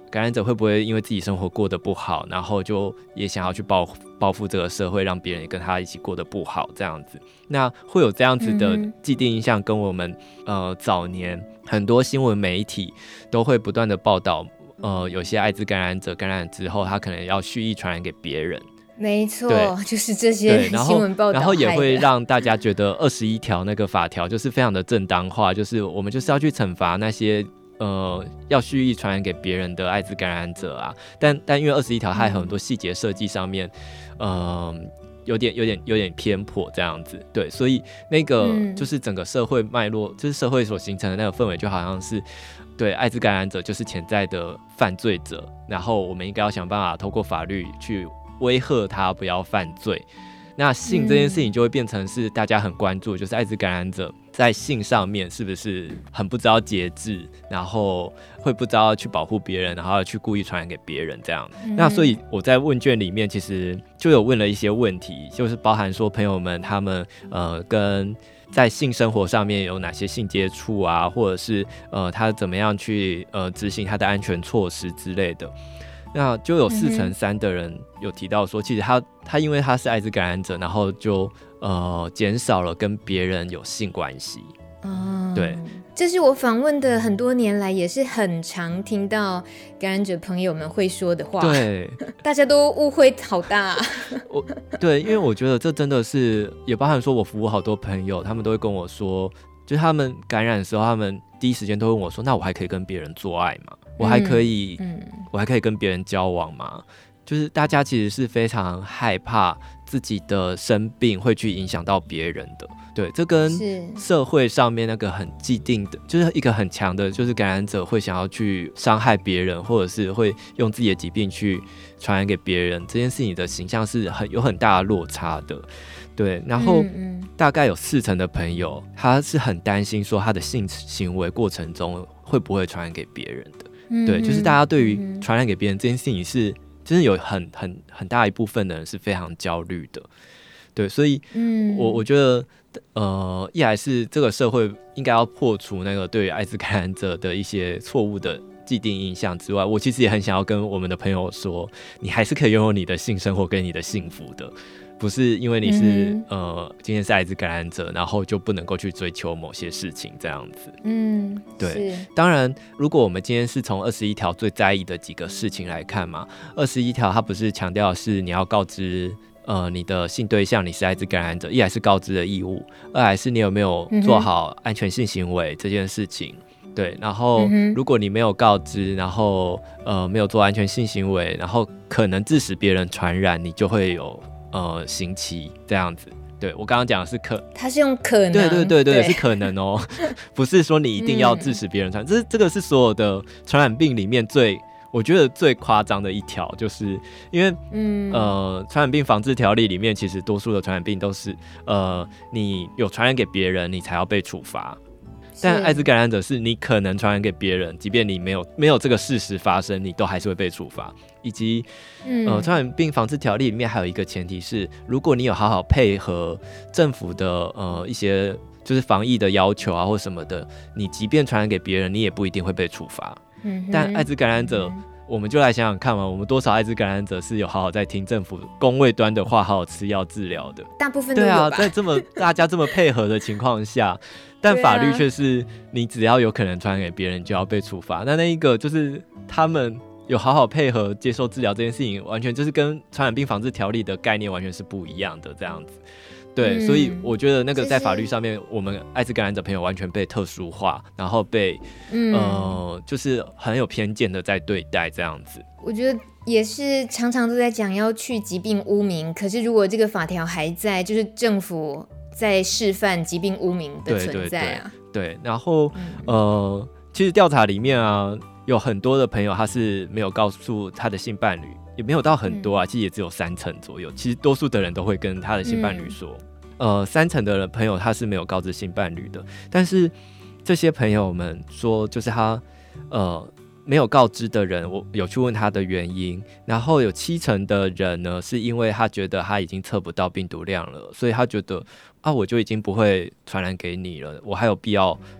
感染者会不会因为自己生活过得不好，然后就也想要去报报复这个社会，让别人也跟他一起过得不好这样子？那会有这样子的既定印象，跟我们呃早年很多新闻媒体都会不断的报道，呃，有些艾滋感染者感染之后，他可能要蓄意传染给别人。 没错，就是这些新闻报道， 然后也会让大家觉得二十一条那个法条就是非常的正当化，就是我们就是要去惩罚那些呃要蓄意传染给别人的艾滋感染者啊。但但因为二十一条它有很多细节设计上面，呃，有点有点有点偏颇这样子，对，所以那个就是整个社会脉络，就是社会所形成的那个氛围，就好像是。对，艾滋感染者就是潜在的犯罪者，然后我们应该要想办法透过法律去威吓他不要犯罪。那性这件事情就会变成是大家很关注，就是艾滋感染者在性上面是不是很不知道节制，然后会不知道去保护别人，然后去故意传染给别人这样。嗯、那所以我在问卷里面其实就有问了一些问题，就是包含说朋友们他们呃跟在性生活上面有哪些性接触啊，或者是呃他怎么样去呃执行他的安全措施之类的。那就有四成三的人有提到说，其实他他因为他是艾滋感染者，然后就呃减少了跟别人有性关系。哦，对， 这是我访问的很多年来也是很常听到感染者朋友们会说的话。 对， 大家都误会好大、啊。 我对，因为我觉得这真的是也包含说，我服务好多朋友，他们都会跟我说，就是他们感染的时候，他们第一时间都会问我说：“那我还可以跟别人做爱吗？我还可以，嗯嗯、我还可以跟别人交往吗？”就是大家其实是非常害怕自己的生病会去影响到别人的。对，这跟社会上面那个很既定的，就是一个很强的，就是感染者会想要去伤害别人，或者是会用自己的疾病去传染给别人，这件事情的形象是很有很大的落差的。对，然后大概有四成的朋友，他是很担心说他的性行为过程中会不会传染给别人的。嗯、对，就是大家对于传染给别人这件事情是，真的有很很很大一部分的人是非常焦虑的。对，所以我我觉得，呃，一来是这个社会应该要破除那个对于艾滋感染者的一些错误的既定印象之外，我其实也很想要跟我们的朋友说，你还是可以拥有你的性生活跟你的幸福的。不是因为你是、嗯、呃今天是艾滋感染者，然后就不能够去追求某些事情这样子。嗯，对。当然，如果我们今天是从二十一条最在意的几个事情来看嘛，二十一条它不是强调的是你要告知呃你的性对象你是艾滋感染者，一来是告知的义务，二来是你有没有做好安全性行为这件事情。嗯、对，然后、嗯、如果你没有告知，然后呃没有做安全性行为，然后可能致使别人传染，你就会有。呃，刑期这样子，对我刚刚讲的是可， 他是用可能， 对对对 对, 对是可能哦，不是说你一定要致使别人传染，这、嗯、这个是所有的传染病里面最，我觉得最夸张的一条，就是因为，嗯呃，传染病防治条例里面，其实多数的传染病都是，呃，你有传染给别人，你才要被处罚。但艾滋感染者是你可能传染给别人，即便你没有没有这个事实发生，你都还是会被处罚。以及，嗯、呃，传染病防治条例里面还有一个前提是，如果你有好好配合政府的呃一些就是防疫的要求啊或什么的，你即便传染给别人，你也不一定会被处罚。嗯、但艾滋感染者。嗯我们就来想想看嘛，我们多少艾滋感染者是有好好在听政府公卫端的话，好好吃药治疗的？ 大部分都有吧。 对啊，在这么大家这么配合的情况下，但法律却是你只要有可能传染给别人就要被处罚。那那一个就是他们有好好配合接受治疗这件事情，完全就是跟传染病防治条例的概念完全是不一样的这样子。对、嗯，所以我觉得那个在法律上面，我们艾滋感染者朋友完全被特殊化，然后被、嗯、呃，就是很有偏见的在对待这样子。 我觉得也是常常都在讲要去疾病污名，可是如果这个法条还在，就是政府在示范疾病污名的存在啊。 对, 对, 对，然后、嗯、呃，其实调查里面啊，有很多的朋友他是没有告诉他的性伴侣。也没有到很多啊，其实也只有三成左右。其实多数的人都会跟他的性伴侣说，嗯、呃，三成的朋友他是没有告知性伴侣的。但是这些朋友们说，就是他呃没有告知的人，我有去问他的原因，然后有七成的人呢，是因为他觉得他已经测不到病毒量了，所以他觉得啊，我就已经不会传染给你了，我还有必要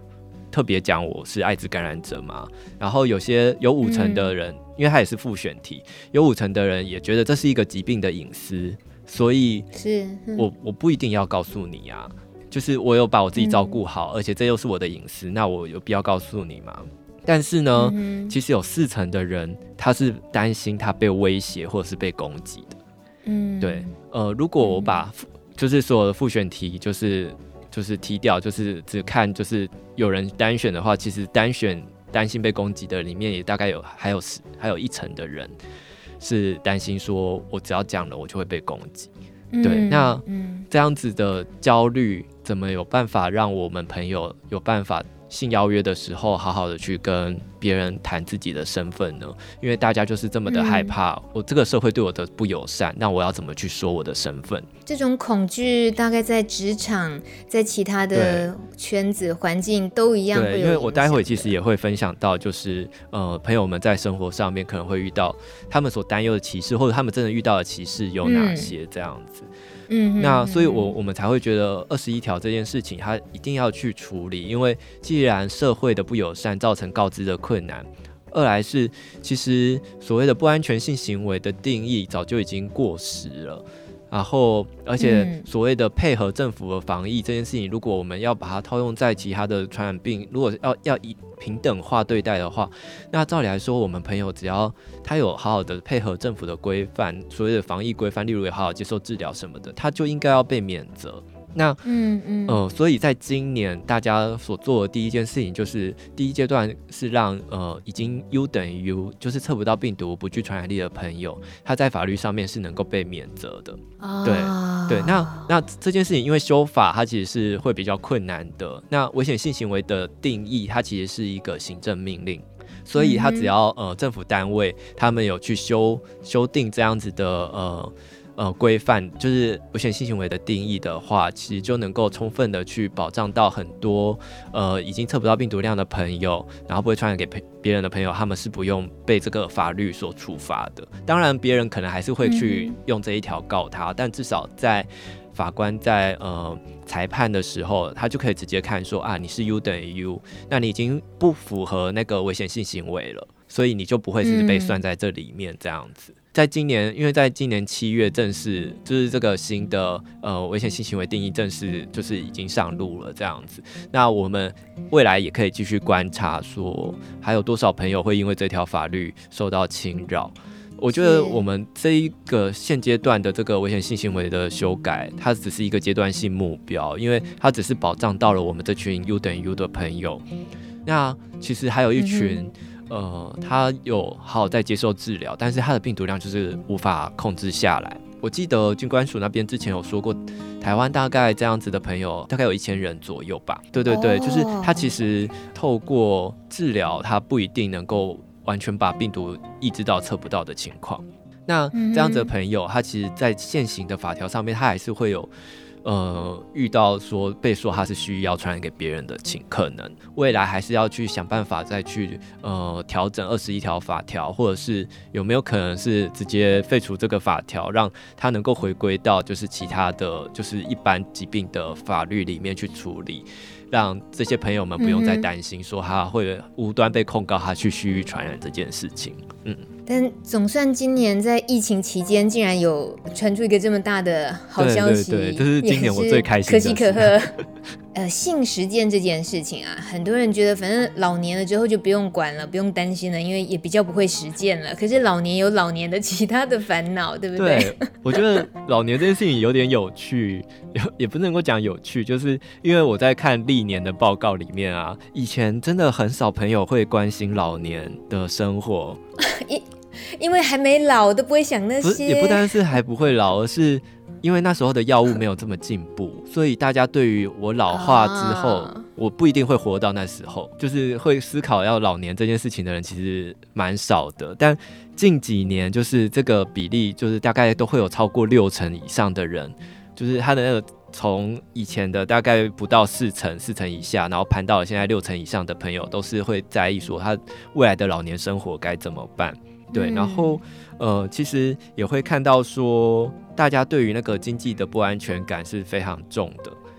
特别讲我是艾滋感染者嘛，然后有些有五成的人、嗯、因为它也是复选题，有五成的人也觉得这是一个疾病的隐私，所以是、嗯、 我我不一定要告诉你啊，就是我有把我自己照顾好、嗯、而且这又是我的隐私，那我有必要告诉你吗？但是呢、嗯、其实有四成的人他是担心他被威胁或者是被攻击的。嗯，对，呃，如果我把、嗯、就是所有的复选题就是就是踢掉，就是只看就是有人单选的话，其实单选担心被攻击的里面也大概有还有还有一成的人是担心说我只要讲了我就会被攻击。嗯、对，那、嗯、这样子的焦虑怎么有办法让我们朋友有办法性邀约的时候好好的去跟别人谈自己的身份呢？因为大家就是这么的害怕、嗯、我这个社会对我的不友善，那我要怎么去说我的身份？ 这种恐惧大概在职场在其他的圈子环境都一样会有影响的。 对，因为我待会其实也会分享到就是呃，朋友们在生活上面可能会遇到他们所担忧的歧视，或者他们真的遇到的歧视有哪些这样子。嗯，那所以我我们才会觉得二十一条这件事情它一定要去处理，因为既然社会的不友善造成告知的困难，二来是其实所谓的不安全性行为的定义早就已经过时了，然后而且所谓的配合政府的防疫这件事情，如果我们要把它套用在其他的传染病，如果要要以平等化对待的话，那照理来说我们朋友只要他有好好的配合政府的规范，所谓的防疫规范，例如有好好接受治疗什么的，他就应该要被免责。那嗯嗯呃，所以在今年大家所做的第一件事情，就是第一阶段是让呃已经 U 等于 U， 就是测不到病毒不具传染力的朋友，他在法律上面是能够被免责的。哦、对对，那那这件事情因为修法它其实是会比较困难的。那危险性行为的定义，它其实是一个行政命令。所以他只要呃政府单位他们有去修修订这样子的呃呃规范，就是危险性行为的定义的话，其实就能够充分的去保障到很多呃已经测不到病毒量的朋友，然后不会传染给别人的朋友，他们是不用被这个法律所处罚的。当然别人可能还是会去用这一条告他、嗯、但至少在法官在呃裁判的时候，他就可以直接看说啊，你是 U 等于 U， 那你已经不符合那个危险性行为了，所以你就不会是被算在这里面这样子。嗯、在今年，因为在今年七月正式就是这个新的呃危险性行为定义正式就是已经上路了这样子。那我们未来也可以继续观察说，还有多少朋友会因为这条法律受到侵扰。我觉得我们这一个现阶段的这个危险性行为的修改，它只是一个阶段性目标，因为它只是保障到了我们这群 U 等于 U 的朋友。那其实还有一群、嗯、呃，他有好好在接受治疗，但是他的病毒量就是无法控制下来。我记得军官署那边之前有说过，台湾大概这样子的朋友大概有一千人左右吧。对对对， oh. 就是他其实透过治疗，他不一定能够完全把病毒抑制到测不到的情况。那这样子的朋友，他其实在现行的法条上面，他还是会有呃遇到说被说他是需要传染给别人的情可能。未来还是要去想办法再去呃调整二十一条法条，或者是有没有可能是直接废除这个法条，让他能够回归到就是其他的就是一般疾病的法律里面去处理。让这些朋友们不用再担心说他会无端被控告他去蓄意传染这件事情。嗯， 但总算今年在疫情期间竟然有传出一个这么大的好消息， 对对对，这是今年我最开心的事， 可喜可贺。呃，性实践这件事情啊，很多人觉得反正老年了之后就不用管了，不用担心了，因为也比较不会实践了。可是老年有老年的其他的烦恼，对不对？ 对，我觉得老年这件事情有点有趣，也不能够讲有趣，就是因为我在看历年的报告里面啊，以前真的很少朋友会关心老年的生活， 因为还没老都不会想那些， 不也不单是还不会老，而是因为那时候的药物没有这么进步，所以大家对于我老化之后、啊、我不一定会活到那时候，就是会思考要老年这件事情的人其实蛮少的。但近几年就是这个比例就是大概都会有超过六成以上的人，就是他的那个从以前的大概不到四成四成以下，然后攀到了现在六成以上的朋友都是会在意说他未来的老年生活该怎么办。对，然后呃，其实也会看到说，大家对于那个经济的不安全感是非常重的。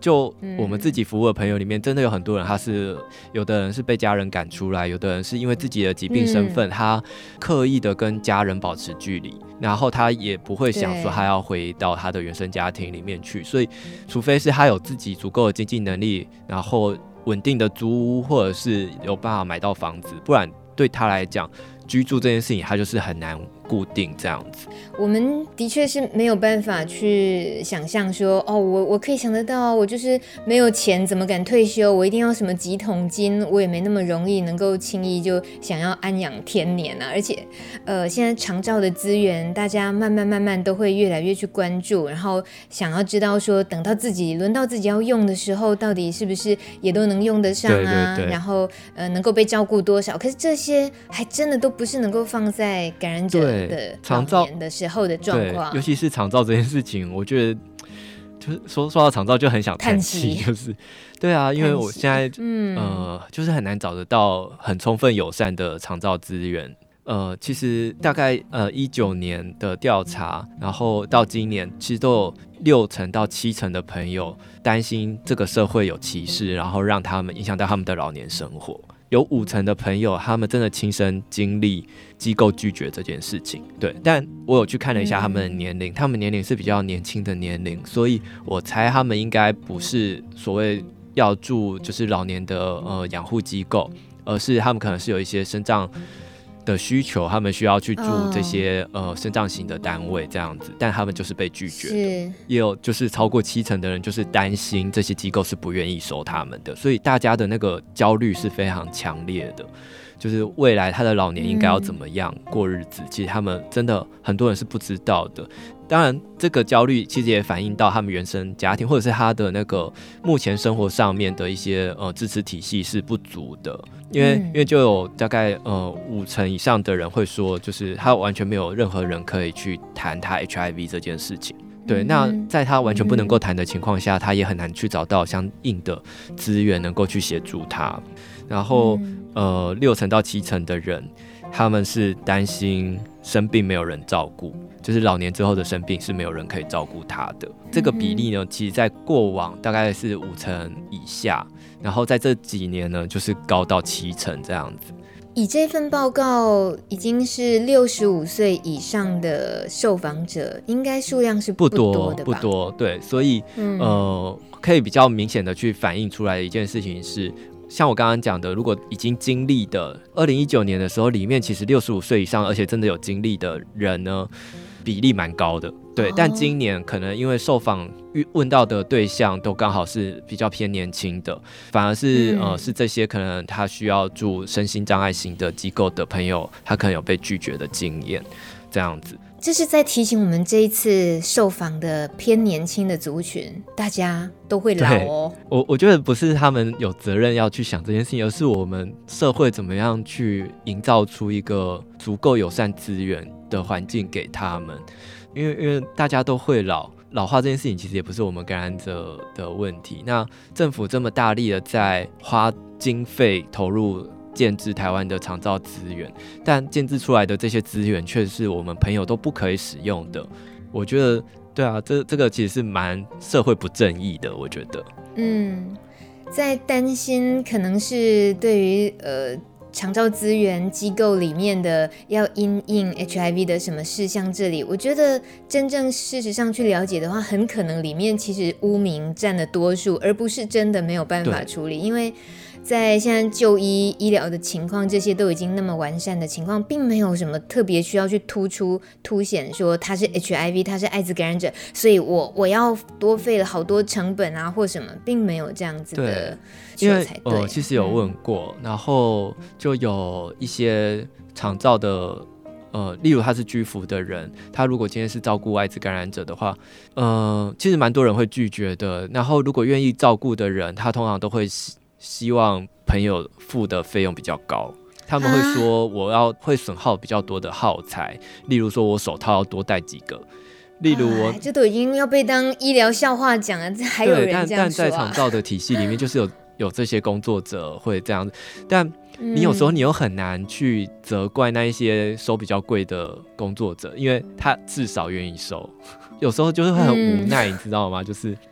就我们自己服务的朋友里面，真的有很多人，他是有的人是被家人赶出来，有的人是因为自己的疾病身份，嗯、他刻意的跟家人保持距离，然后他也不会想说他要回到他的原生家庭里面去，所以除非是他有自己足够的经济能力，然后稳定的租屋，或者是有办法买到房子，不然对他来讲，居住这件事情他就是很难固定这样子。 我们的确是没有办法去想象说，哦，我我可以想得到，我就是没有钱怎么敢退休，我一定要什么几桶金，我也没那么容易能够轻易就想要安养天年啊。而且呃，现在长照的资源大家慢慢慢慢都会越来越去关注，然后想要知道说等到自己轮到自己要用的时候，到底是不是也都能用得上啊， 对对对， 然后呃能够被照顾多少，可是这些还真的都不是能够放在感染者的老年的时候的状况， 尤其是长照这件事情，我觉得就是说说到长照就很想叹气，就是对啊，因为我现在嗯呃就是很难找得到很充分友善的长照资源。呃，其实大概呃一九年的调查，然后到今年，其实都有六成到七成的朋友担心这个社会有歧视，然后让他们影响到他们的老年生活。有五成的朋友，他们真的亲身经历机构拒绝这件事情。对，但我有去看了一下他们的年龄，嗯、他们年龄是比较年轻的年龄，所以我猜他们应该不是所谓要住就是老年的呃养护机构，而是他们可能是有一些身障的需求，他们需要去住这些、哦、呃身障型的单位这样子，但他们就是被拒绝的。也有就是超过七成的人就是担心这些机构是不愿意收他们的，所以大家的那个焦虑是非常强烈的，就是未来他的老年应该要怎么样过日子、嗯、其实他们真的很多人是不知道的。当然这个焦虑其实也反映到他们原生家庭或者是他的那个目前生活上面的一些呃支持体系是不足的，因为、嗯、因为就有大概呃五成以上的人会说，就是他完全没有任何人可以去谈他 H I V 这件事情。对，那在他完全不能够谈的情况下，他也很难去找到相应的资源能够去协助他。然后呃六成到七成的人，他们是担心生病没有人照顾，就是老年之后的生病是没有人可以照顾他的。这个比例呢，其实在过往大概是五成以下，然后在这几年呢，就是高到七成这样子。 以这份报告已经是六十五岁以上的受访者，应该数量是不多的吧？ 不多，不多，对，所以、嗯、呃，可以比较明显的去反映出来的一件事情是，像我刚刚讲的，如果已经经历的二零一九年的时候，里面其实六十五岁以上，而且真的有经历的人呢，比例蛮高的。对，哦、但今年可能因为受访问到的对象都刚好是比较偏年轻的，反而是、嗯、呃是这些可能他需要住身心障碍型的机构的朋友，他可能有被拒绝的经验，这样子。 这是在提醒我们这一次受访的偏年轻的族群，大家都会老哦。 我我觉得不是他们有责任要去想这件事情，而是我们社会怎么样去营造出一个足够友善资源的环境给他们。因为因为大家都会老，老化这件事情其实也不是我们感染者的问题。那政府这么大力的在花经费投入建制台湾的长照资源，但建制出来的这些资源却是我们朋友都不可以使用的。我觉得，对啊，这这个其实是蛮社会不正义的。我觉得， 嗯，在担心可能是对于呃。长照资源机构里面的要因应 H I V 的什么事项，这里我觉得真正事实上去了解的话，很可能里面其实污名占了多数，而不是真的没有办法处理。因为在现在就医医疗的情况，这些都已经那么完善的情况，并没有什么特别需要去突出凸显说他是 H I V， 他是艾滋感染者，所以我我要多费了好多成本啊或什么，并没有这样子的说才对。 因为呃，其实有问过，嗯、然后就有一些长照的。呃，例如他是居服的人，他如果今天是照顾艾滋感染者的话，呃，其实蛮多人会拒绝的。然后如果愿意照顾的人，他通常都会希希望朋友付的费用比较高。他们会说我要会损耗比较多的耗材，例如说我手套要多戴几个，例如我这都已经要被当医疗笑话讲了，这还有人这样说、啊、 但, 但在长照的体系里面，就是有有这些工作者会这样子，但。你有时候你又很难去责怪那一些收比较贵的工作者，因为他至少愿意收，有时候就是会很无奈、嗯、你知道吗？就是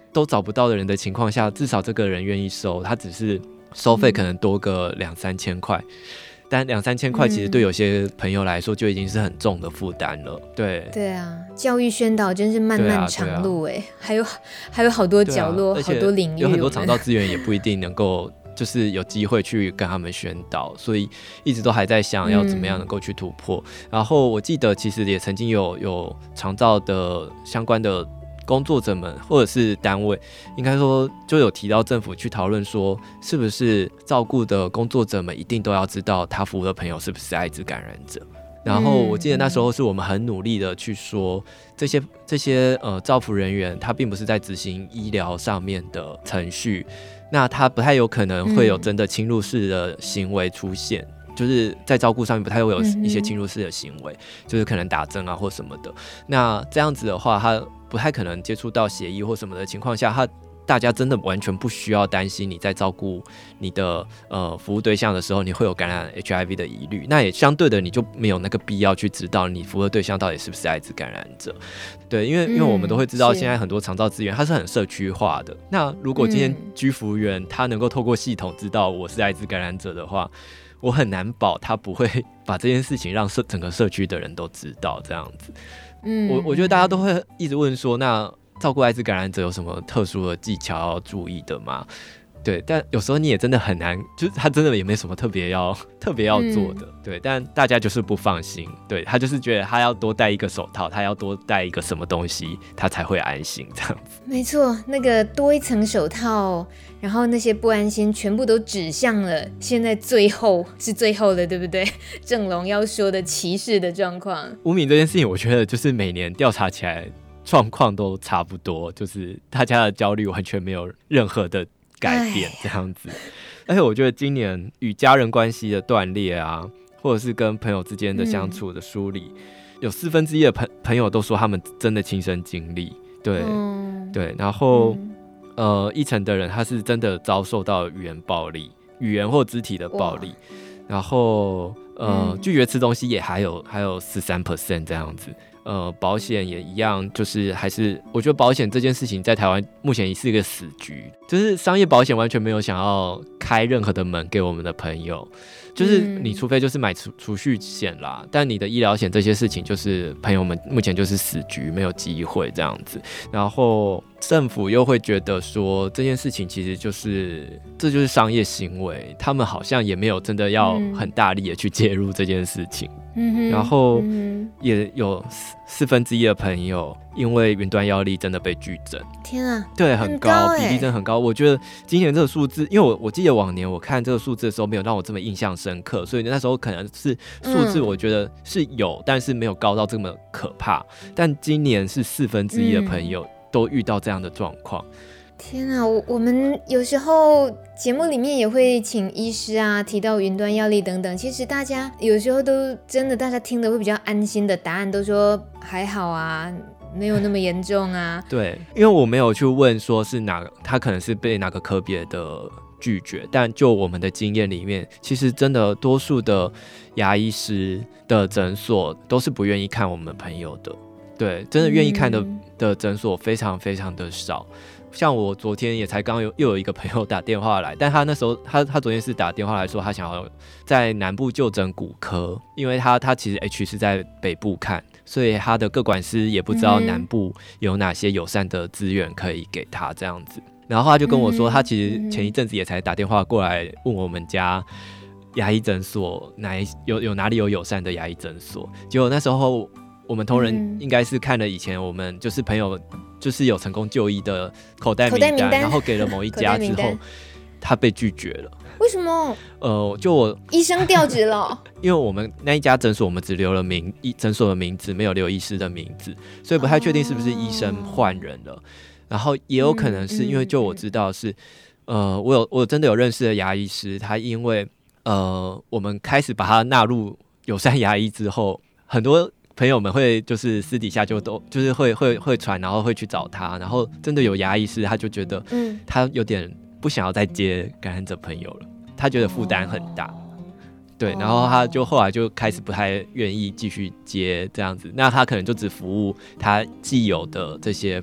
都找不到的人的情况下，至少这个人愿意收，他只是收费可能多个两三千块。但两三千块其实对有些朋友来说就已经是很重的负担了。对对啊，教育宣导真是漫漫长路哎、啊啊，还有还有好多角落、啊、好多领域， 有很多长照资源也不一定能够就是有机会去跟他们宣导，所以一直都还在想要怎么样能够去突破。嗯、然后我记得其实也曾经有有长照的相关的工作者们或者是单位，应该说就有提到政府去讨论说，是不是照顾的工作者们一定都要知道他服务的朋友是不是艾滋感染者。然后我记得那时候是我们很努力的去说，这些这些呃照服人员他并不是在执行医疗上面的程序，那他不太有可能会有真的侵入式的行为出现。嗯，就是在照顾上面不太会有一些侵入式的行为，嗯、就是可能打针啊或什么的。那这样子的话，他不太可能接触到血液或什么的情况下，他大家真的完全不需要担心你在照顾你的呃服务对象的时候，你会有感染 H I V 的疑虑。那也相对的，你就没有那个必要去知道你服务的对象到底是不是艾滋感染者。对，因为因为我们都会知道，现在很多长照资源它是很社区化的。那如果今天居服员他能够透过系统知道我是艾滋感染者的话，我很难保他不会把这件事情让社整个社区的人都知道这样子。嗯，我我觉得大家都会一直问说，那照顾艾滋感染者有什么特殊的技巧要注意的吗？对，但有时候你也真的很难，就是他真的也没什么特别要特别要做的、嗯，对，但大家就是不放心，对，他就是觉得他要多戴一个手套，他要多戴一个什么东西，他才会安心这样子。 没错，那个多一层手套，然后那些不安心全部都指向了现在最后是最后的，对不对？郑龙要说的歧视的状况， 污名这件事情，我觉得就是每年调查起来状况都差不多，就是大家的焦虑完全没有任何的改变这样子。而且我觉得今年与家人关系的断裂啊，或者是跟朋友之间的相处的疏离、嗯、有四分之一的 朋, 朋友都说他们真的亲身经历。对、嗯、对，然后、嗯、呃，一成的人他是真的遭受到语言暴力，语言或肢体的暴力，然后呃、嗯、拒绝吃东西也还有还有 百分之十三 这样子。呃，保险也一样，就是还是我觉得保险这件事情在台湾目前是一个死局，就是商业保险完全没有想要开任何的门给我们的朋友，就是你除非就是买储储蓄险啦，但你的医疗险这些事情就是朋友们目前就是死局，没有机会这样子。然后政府又会觉得说这件事情其实就是这就是商业行为，他们好像也没有真的要很大力的去介入这件事情。嗯、然后也有四分之一的朋友因为云端药力真的被拒诊。 天啊， 对，很高，很高比例真的很高。我觉得今年这个数字，因为我我记得往年我看这个数字的时候没有让我这么印象深刻，所以那时候可能是数字我觉得是有、嗯、但是没有高到这么可怕。但今年是四分之一的朋友都遇到这样的状况。 天啊，我我们有时候节目里面也会请医师啊提到云端药力等等，其实大家有时候都真的大家听得会比较安心的答案都说还好啊，没有那么严重啊。 对，因为我没有去问说是哪个他可能是被哪个科别的拒绝，但就我们的经验里面，其实真的多数的牙医师的诊所都是不愿意看我们朋友的。对，真的愿意看的、嗯、的诊所非常非常的少。像我昨天也才刚有又有一个朋友打电话来，但他那时候他他昨天是打电话来说他想要在南部就诊骨科，因为他他其实 H 是在北部看，所以他的个管师也不知道南部有哪些友善的资源可以给他这样子。然后他就跟我说，他其实前一阵子也才打电话过来问我们家牙医诊所哪有有哪里有友善的牙医诊所，结果那时候我们同仁应该是看了以前我们就是朋友就是有成功就医的口袋名 单, 名单然后给了某一家之后他被拒绝了。 为什么？ 呃，就我医生调职了因为我们那一家诊所我们只留了名诊所的名字，没有留医师的名字，所以不太确定是不是医生换人了、哦、然后也有可能是因为就我知道是、嗯、呃，我有我真的有认识的牙医师，他因为呃我们开始把他纳入友善牙医之后，很多朋友们会就是私底下就都就是会会会传，然后会去找他，然后真的有牙医师他就觉得他有点不想要再接感染者朋友了，他觉得负担很大、哦、对，然后他就后来就开始不太愿意继续接这样子，那他可能就只服务他既有的这些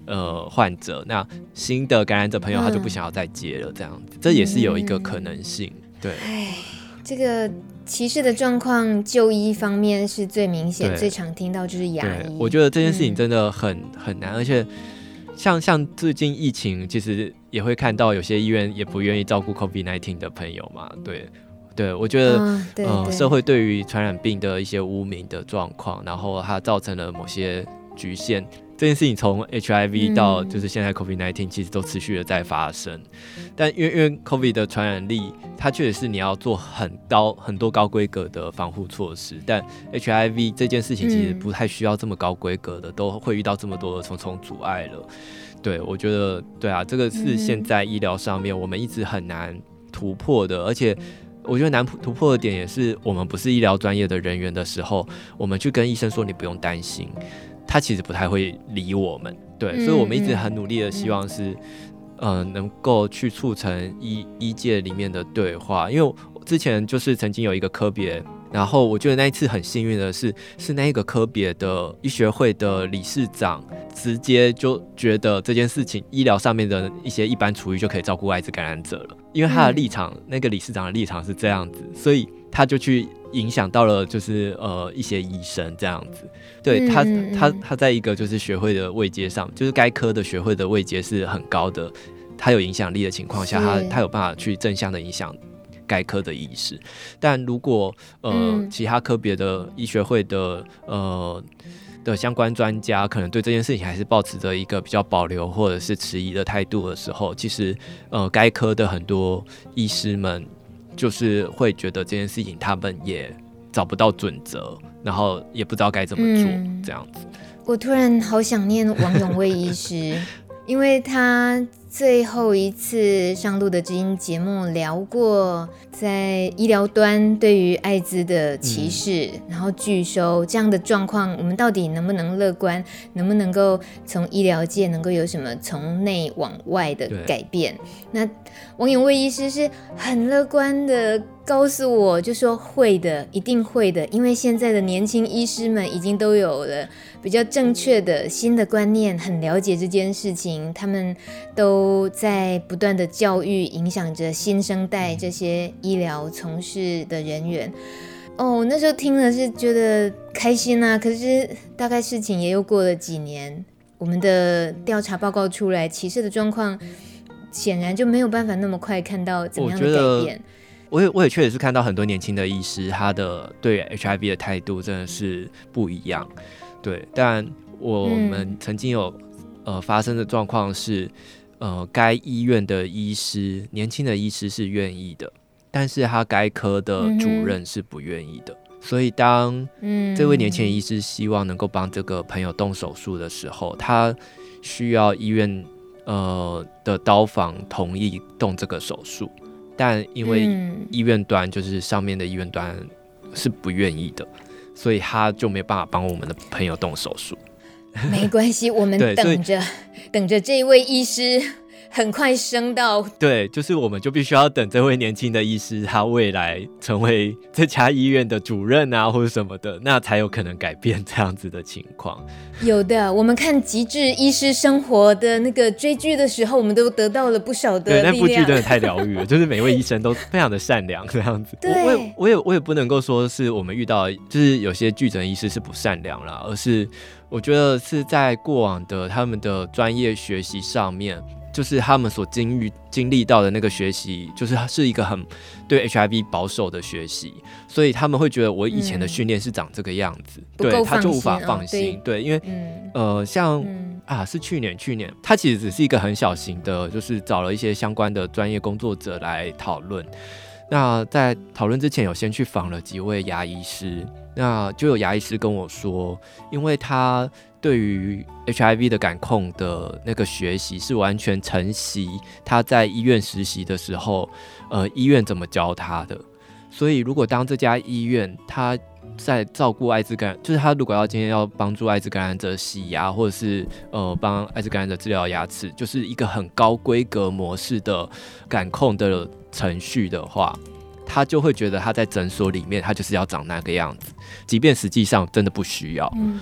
呃患者，那新的感染者朋友他就不想要再接了，这样子，这也是有一个可能性。对， 哎，这个歧视的状况，就医方面是最明显，最常听到就是牙医。 我觉得这件事情真的很、嗯、很难，而且像像最近疫情，其实也会看到有些医院也不愿意照顾 COVID 十九 的朋友嘛，对。对，我觉得、哦对对呃、社会对于传染病的一些污名的状况，然后它造成了某些局限。这件事情从 H I V 到就是现在 COVID 十九 其实都持续的在发生。但因为因为 COVID 的传染力，它确实是你要做很高很多高规格的防护措施，但 H I V 这件事情其实不太需要这么高规格的，都会遇到这么多的重重阻碍了。对，我觉得对啊，这个是现在医疗上面我们一直很难突破的，而且我觉得难突破的点也是我们不是医疗专业的人员的时候，我们去跟医生说你不用担心，他其实不太会理我们。对，嗯、所以我们一直很努力的希望是、嗯呃、能够去促成医医界里面的对话。因为我之前就是曾经有一个科别，然后我觉得那一次很幸运的是是那一个科别的医学会的理事长直接就觉得这件事情医疗上面的一些一般处遇就可以照顾艾滋感染者了，因为他的立场、嗯、那个理事长的立场是这样子，所以他就去影响到了就是呃一些医生这样子。对，他他他在一个就是学会的位阶上，就是该科的学会的位阶是很高的，他有影响力的情况下，他他有办法去正向的影响该科的医师。但如果呃、嗯、其他科别的医学会的呃的相关专家可能对这件事情还是抱持着一个比较保留或者是迟疑的态度的时候，其实呃该科的很多医师们就是会觉得这件事情他们也找不到准则，然后也不知道该怎么做、嗯、这样子。 我突然好想念王永卫医师因为他最后一次上录的知音节目聊过在医疗端对于艾滋的歧视、嗯、然后拒收这样的状况，我们到底能不能乐观，能不能够从医疗界能够有什么从内往外的改变。那王永卫医师是很乐观的告诉我，就说会的，一定会的，因为现在的年轻医师们已经都有了比较正确的新的观念，很了解这件事情，他们都在不断的教育影响着新生代这些医疗从事的人员。哦，那时候听了是觉得开心啊，可是大概事情也又过了几年，我们的调查报告出来，歧视的状况显然就没有办法那么快看到怎么样的改变。 我也我也确实是看到很多年轻的医师，他的对 H I V 的态度真的是不一样。对，但我们曾经有、嗯、呃发生的状况是，呃，该医院的医师，年轻的医师是愿意的，但是他该科的主任是不愿意的。嗯、所以当这位年轻的医师希望能够帮这个朋友动手术的时候，他需要医院呃的刀房同意动这个手术。但因为医院端就是上面的医院端是不愿意的，所以他就没办法帮我们的朋友动手术。 没关系，我们等着等着这位医师很快升到， 对，就是我们就必须要等这位年轻的医师他未来成为这家医院的主任啊或者什么的，那才有可能改变这样子的情况。 有的，我们看极致医师生活的那个追剧的时候，我们都得到了不少的力量。 对，那部剧真的太疗愈了就是每位医生都非常的善良这样子。 对， 我也我也我也不能够说是我们遇到就是有些据诊医师是不善良啦，而是我觉得是在过往的他们的专业学习上面，就是他们所经历经历到的那个学习，就是是一个很对 H I V 保守的学习，所以他们会觉得我以前的训练是长这个样子，嗯、对，他就无法放心。哦、对, 对，因为、嗯、呃，像、嗯、啊，是去年去年，他其实只是一个很小型的，就是找了一些相关的专业工作者来讨论。那在讨论之前，有先去访了几位牙医师，那就有牙医师跟我说，因为他对于 H I V 的感控的那个学习是完全承袭他在医院实习的时候，呃，医院怎么教他的。所以如果当这家医院他在照顾艾滋感染，就是他如果要今天要帮助艾滋感染者洗牙，或者是呃帮艾滋感染者治疗牙齿，就是一个很高规格模式的感控的程序的话，他就会觉得他在诊所里面他就是要长那个样子，即便实际上真的不需要。嗯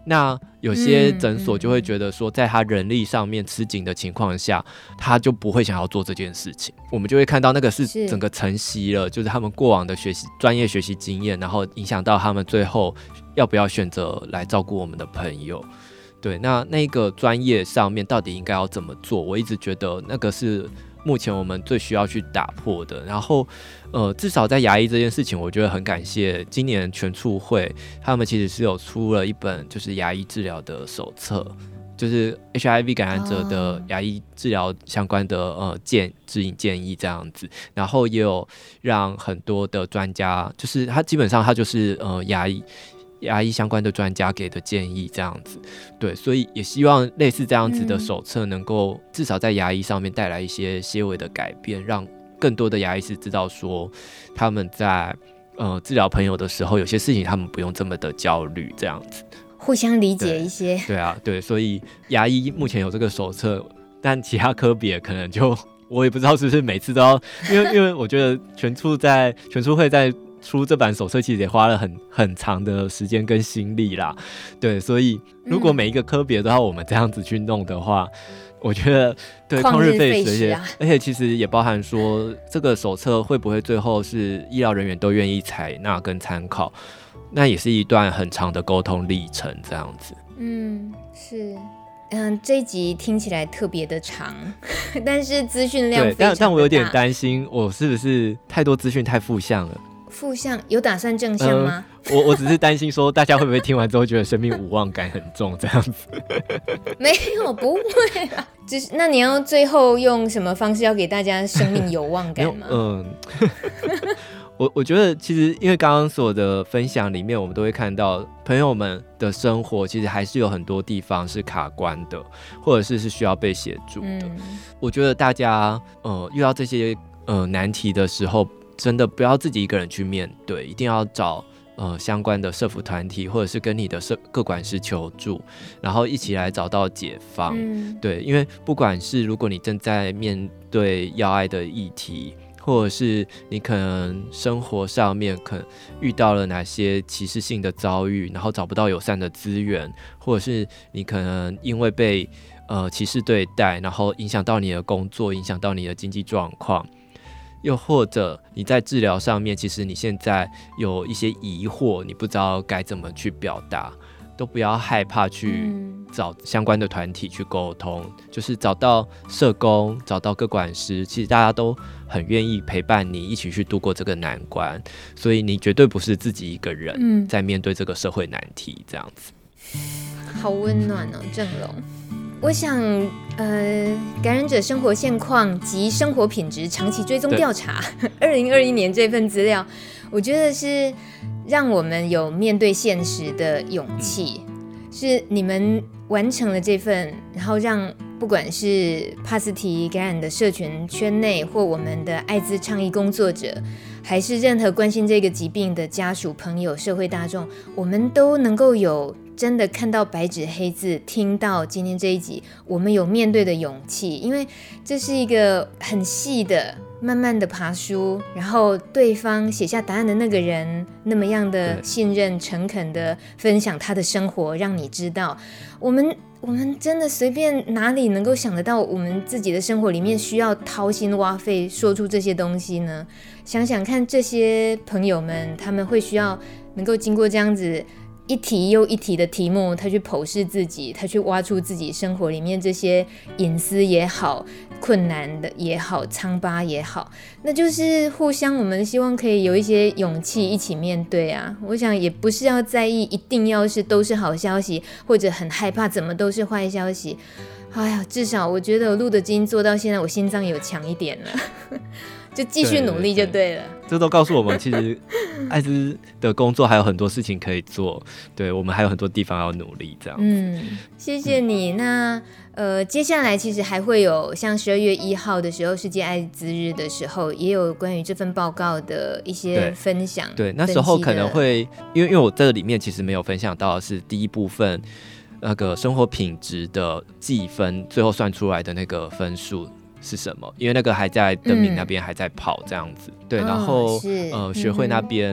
那有些诊所就会觉得说，在他人力上面吃紧的情况下，他就不会想要做这件事情。我们就会看到那个是整个承袭了，就是他们过往的学习专业学习经验，然后影响到他们最后要不要选择来照顾我们的朋友。对，那那个专业上面到底应该要怎么做？我一直觉得那个是目前我们最需要去打破的。然后呃，至少在牙医这件事情，我觉得很感谢今年全促会他们其实是有出了一本就是牙医治疗的手册，就是 H I V 感染者的牙医治疗相关的呃建指引建议这样子，然后也有让很多的专家，就是他基本上他就是呃牙医牙医相关的专家给的建议这样子。对，所以也希望类似这样子的手册能够至少在牙医上面带来一些些微的改变，让更多的牙医师知道说他们在呃治疗朋友的时候，有些事情他们不用这么的焦虑这样子， 互相理解一些。 对, 对啊对，所以牙医目前有这个手册，但其他科别可能就我也不知道是不是每次都要，因为因为我觉得全促在全促会在出这版手册其实也花了很很长的时间跟心力啦。对，所以如果每一个科别都要我们这样子去弄的话，嗯、我觉得对旷日费时，啊、而且其实也包含说这个手册会不会最后是医疗人员都愿意采纳跟参考，那也是一段很长的沟通历程这样子。 嗯，是。嗯，这一集听起来特别的长，但是资讯量非常的大。 但但我有点担心，我是不是太多资讯太负向了？ 负向有打算正向吗？ 呃、我我只是担心说，大家会不会听完之后觉得生命无望感很重这样子？ 没有，不会啦。只是那你要最后用什么方式要给大家生命有望感吗？嗯。 我, 我觉得其实因为刚刚所有的分享里面，我们都会看到朋友们的生活其实还是有很多地方是卡关的，或者是是需要被协助的。嗯、我觉得大家呃遇到这些呃难题的时候，真的不要自己一个人去面对，一定要找呃相关的社福团体，或者是跟你的社个管师求助，然后一起来找到解方。嗯、对，因为不管是如果你正在面对药爱的议题，或者是你可能生活上面可能遇到了哪些歧视性的遭遇，然后找不到友善的资源，或者是你可能因为被呃歧视对待，然后影响到你的工作，影响到你的经济状况，又或者你在治疗上面，其实你现在有一些疑惑，你不知道该怎么去表达，都不要害怕去找相关的团体去沟通，嗯、就是找到社工，找到个管师，其实大家都很愿意陪伴你一起去度过这个难关，所以你绝对不是自己一个人在面对这个社会难题这样子。 好温暖哦，郑龙。我想呃，感染者生活现况及生活品质长期追踪调查二零二一年这份资料，我觉得是让我们有面对现实的勇气，嗯、是你们完成了这份，然后让不管是帕斯提感染的社群圈内，或我们的艾滋倡议工作者，还是任何关心这个疾病的家属、朋友、社会大众，我们都能够有真的看到白纸黑字，听到今天这一集，我们有面对的勇气，因为这是一个很细的慢慢的爬书，然后对方写下答案的那个人那么样的信任诚恳的分享他的生活，让你知道我们我们真的随便哪里能够想得到我们自己的生活里面需要掏心挖肺说出这些东西呢？想想看，这些朋友们他们会需要能够经过这样子一题又一题的题目，他去剖析自己，他去挖出自己生活里面这些隐私也好，困难的也好，疮疤也好，那就是互相我们希望可以有一些勇气一起面对啊。我想也不是要在意一定要是都是好消息，或者很害怕怎么都是坏消息。哎呀，至少我觉得我录的基因做到现在，我心脏有强一点了就继续努力就对了。对对对， 这都告诉我们，其实艾滋的工作还有很多事情可以做，对，我们还有很多地方要努力，这样。嗯， 谢谢你。嗯、那呃，接下来其实还会有像十二月一号的时候，世界艾滋日的时候，也有关于这份报告的一些分享。 对，对那时候可能会，因为因为我这里面其实没有分享到的是第一部分那个生活品质的计分，最后算出来的那个分数是什么？因为那个还在登名那边还在跑这样子，嗯、对，然后、哦、呃学会那边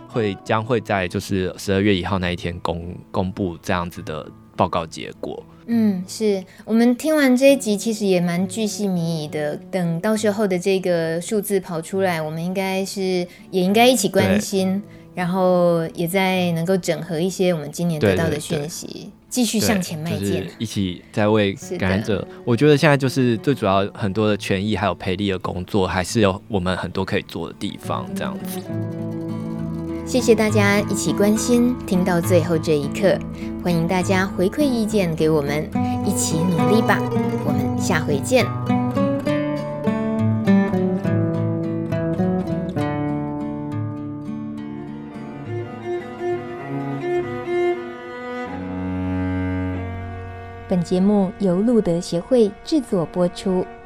会将会在就是十二月一号那一天公公布这样子的报告结果。 嗯，是我们听完这一集其实也蛮巨细靡遗的，等到时候的这个数字跑出来，我们应该是也应该一起关心，然后也在能够整合一些我们今年得到的讯息，继续向前迈进， 就是一起在为感染者。我觉得现在就是最主要很多的权益还有培力的工作，还是有我们很多可以做的地方，这样子。 谢谢大家一起关心，听到最后这一刻，欢迎大家回馈意见给我们，一起努力吧！我们下回见。本节目由路德协会制作播出。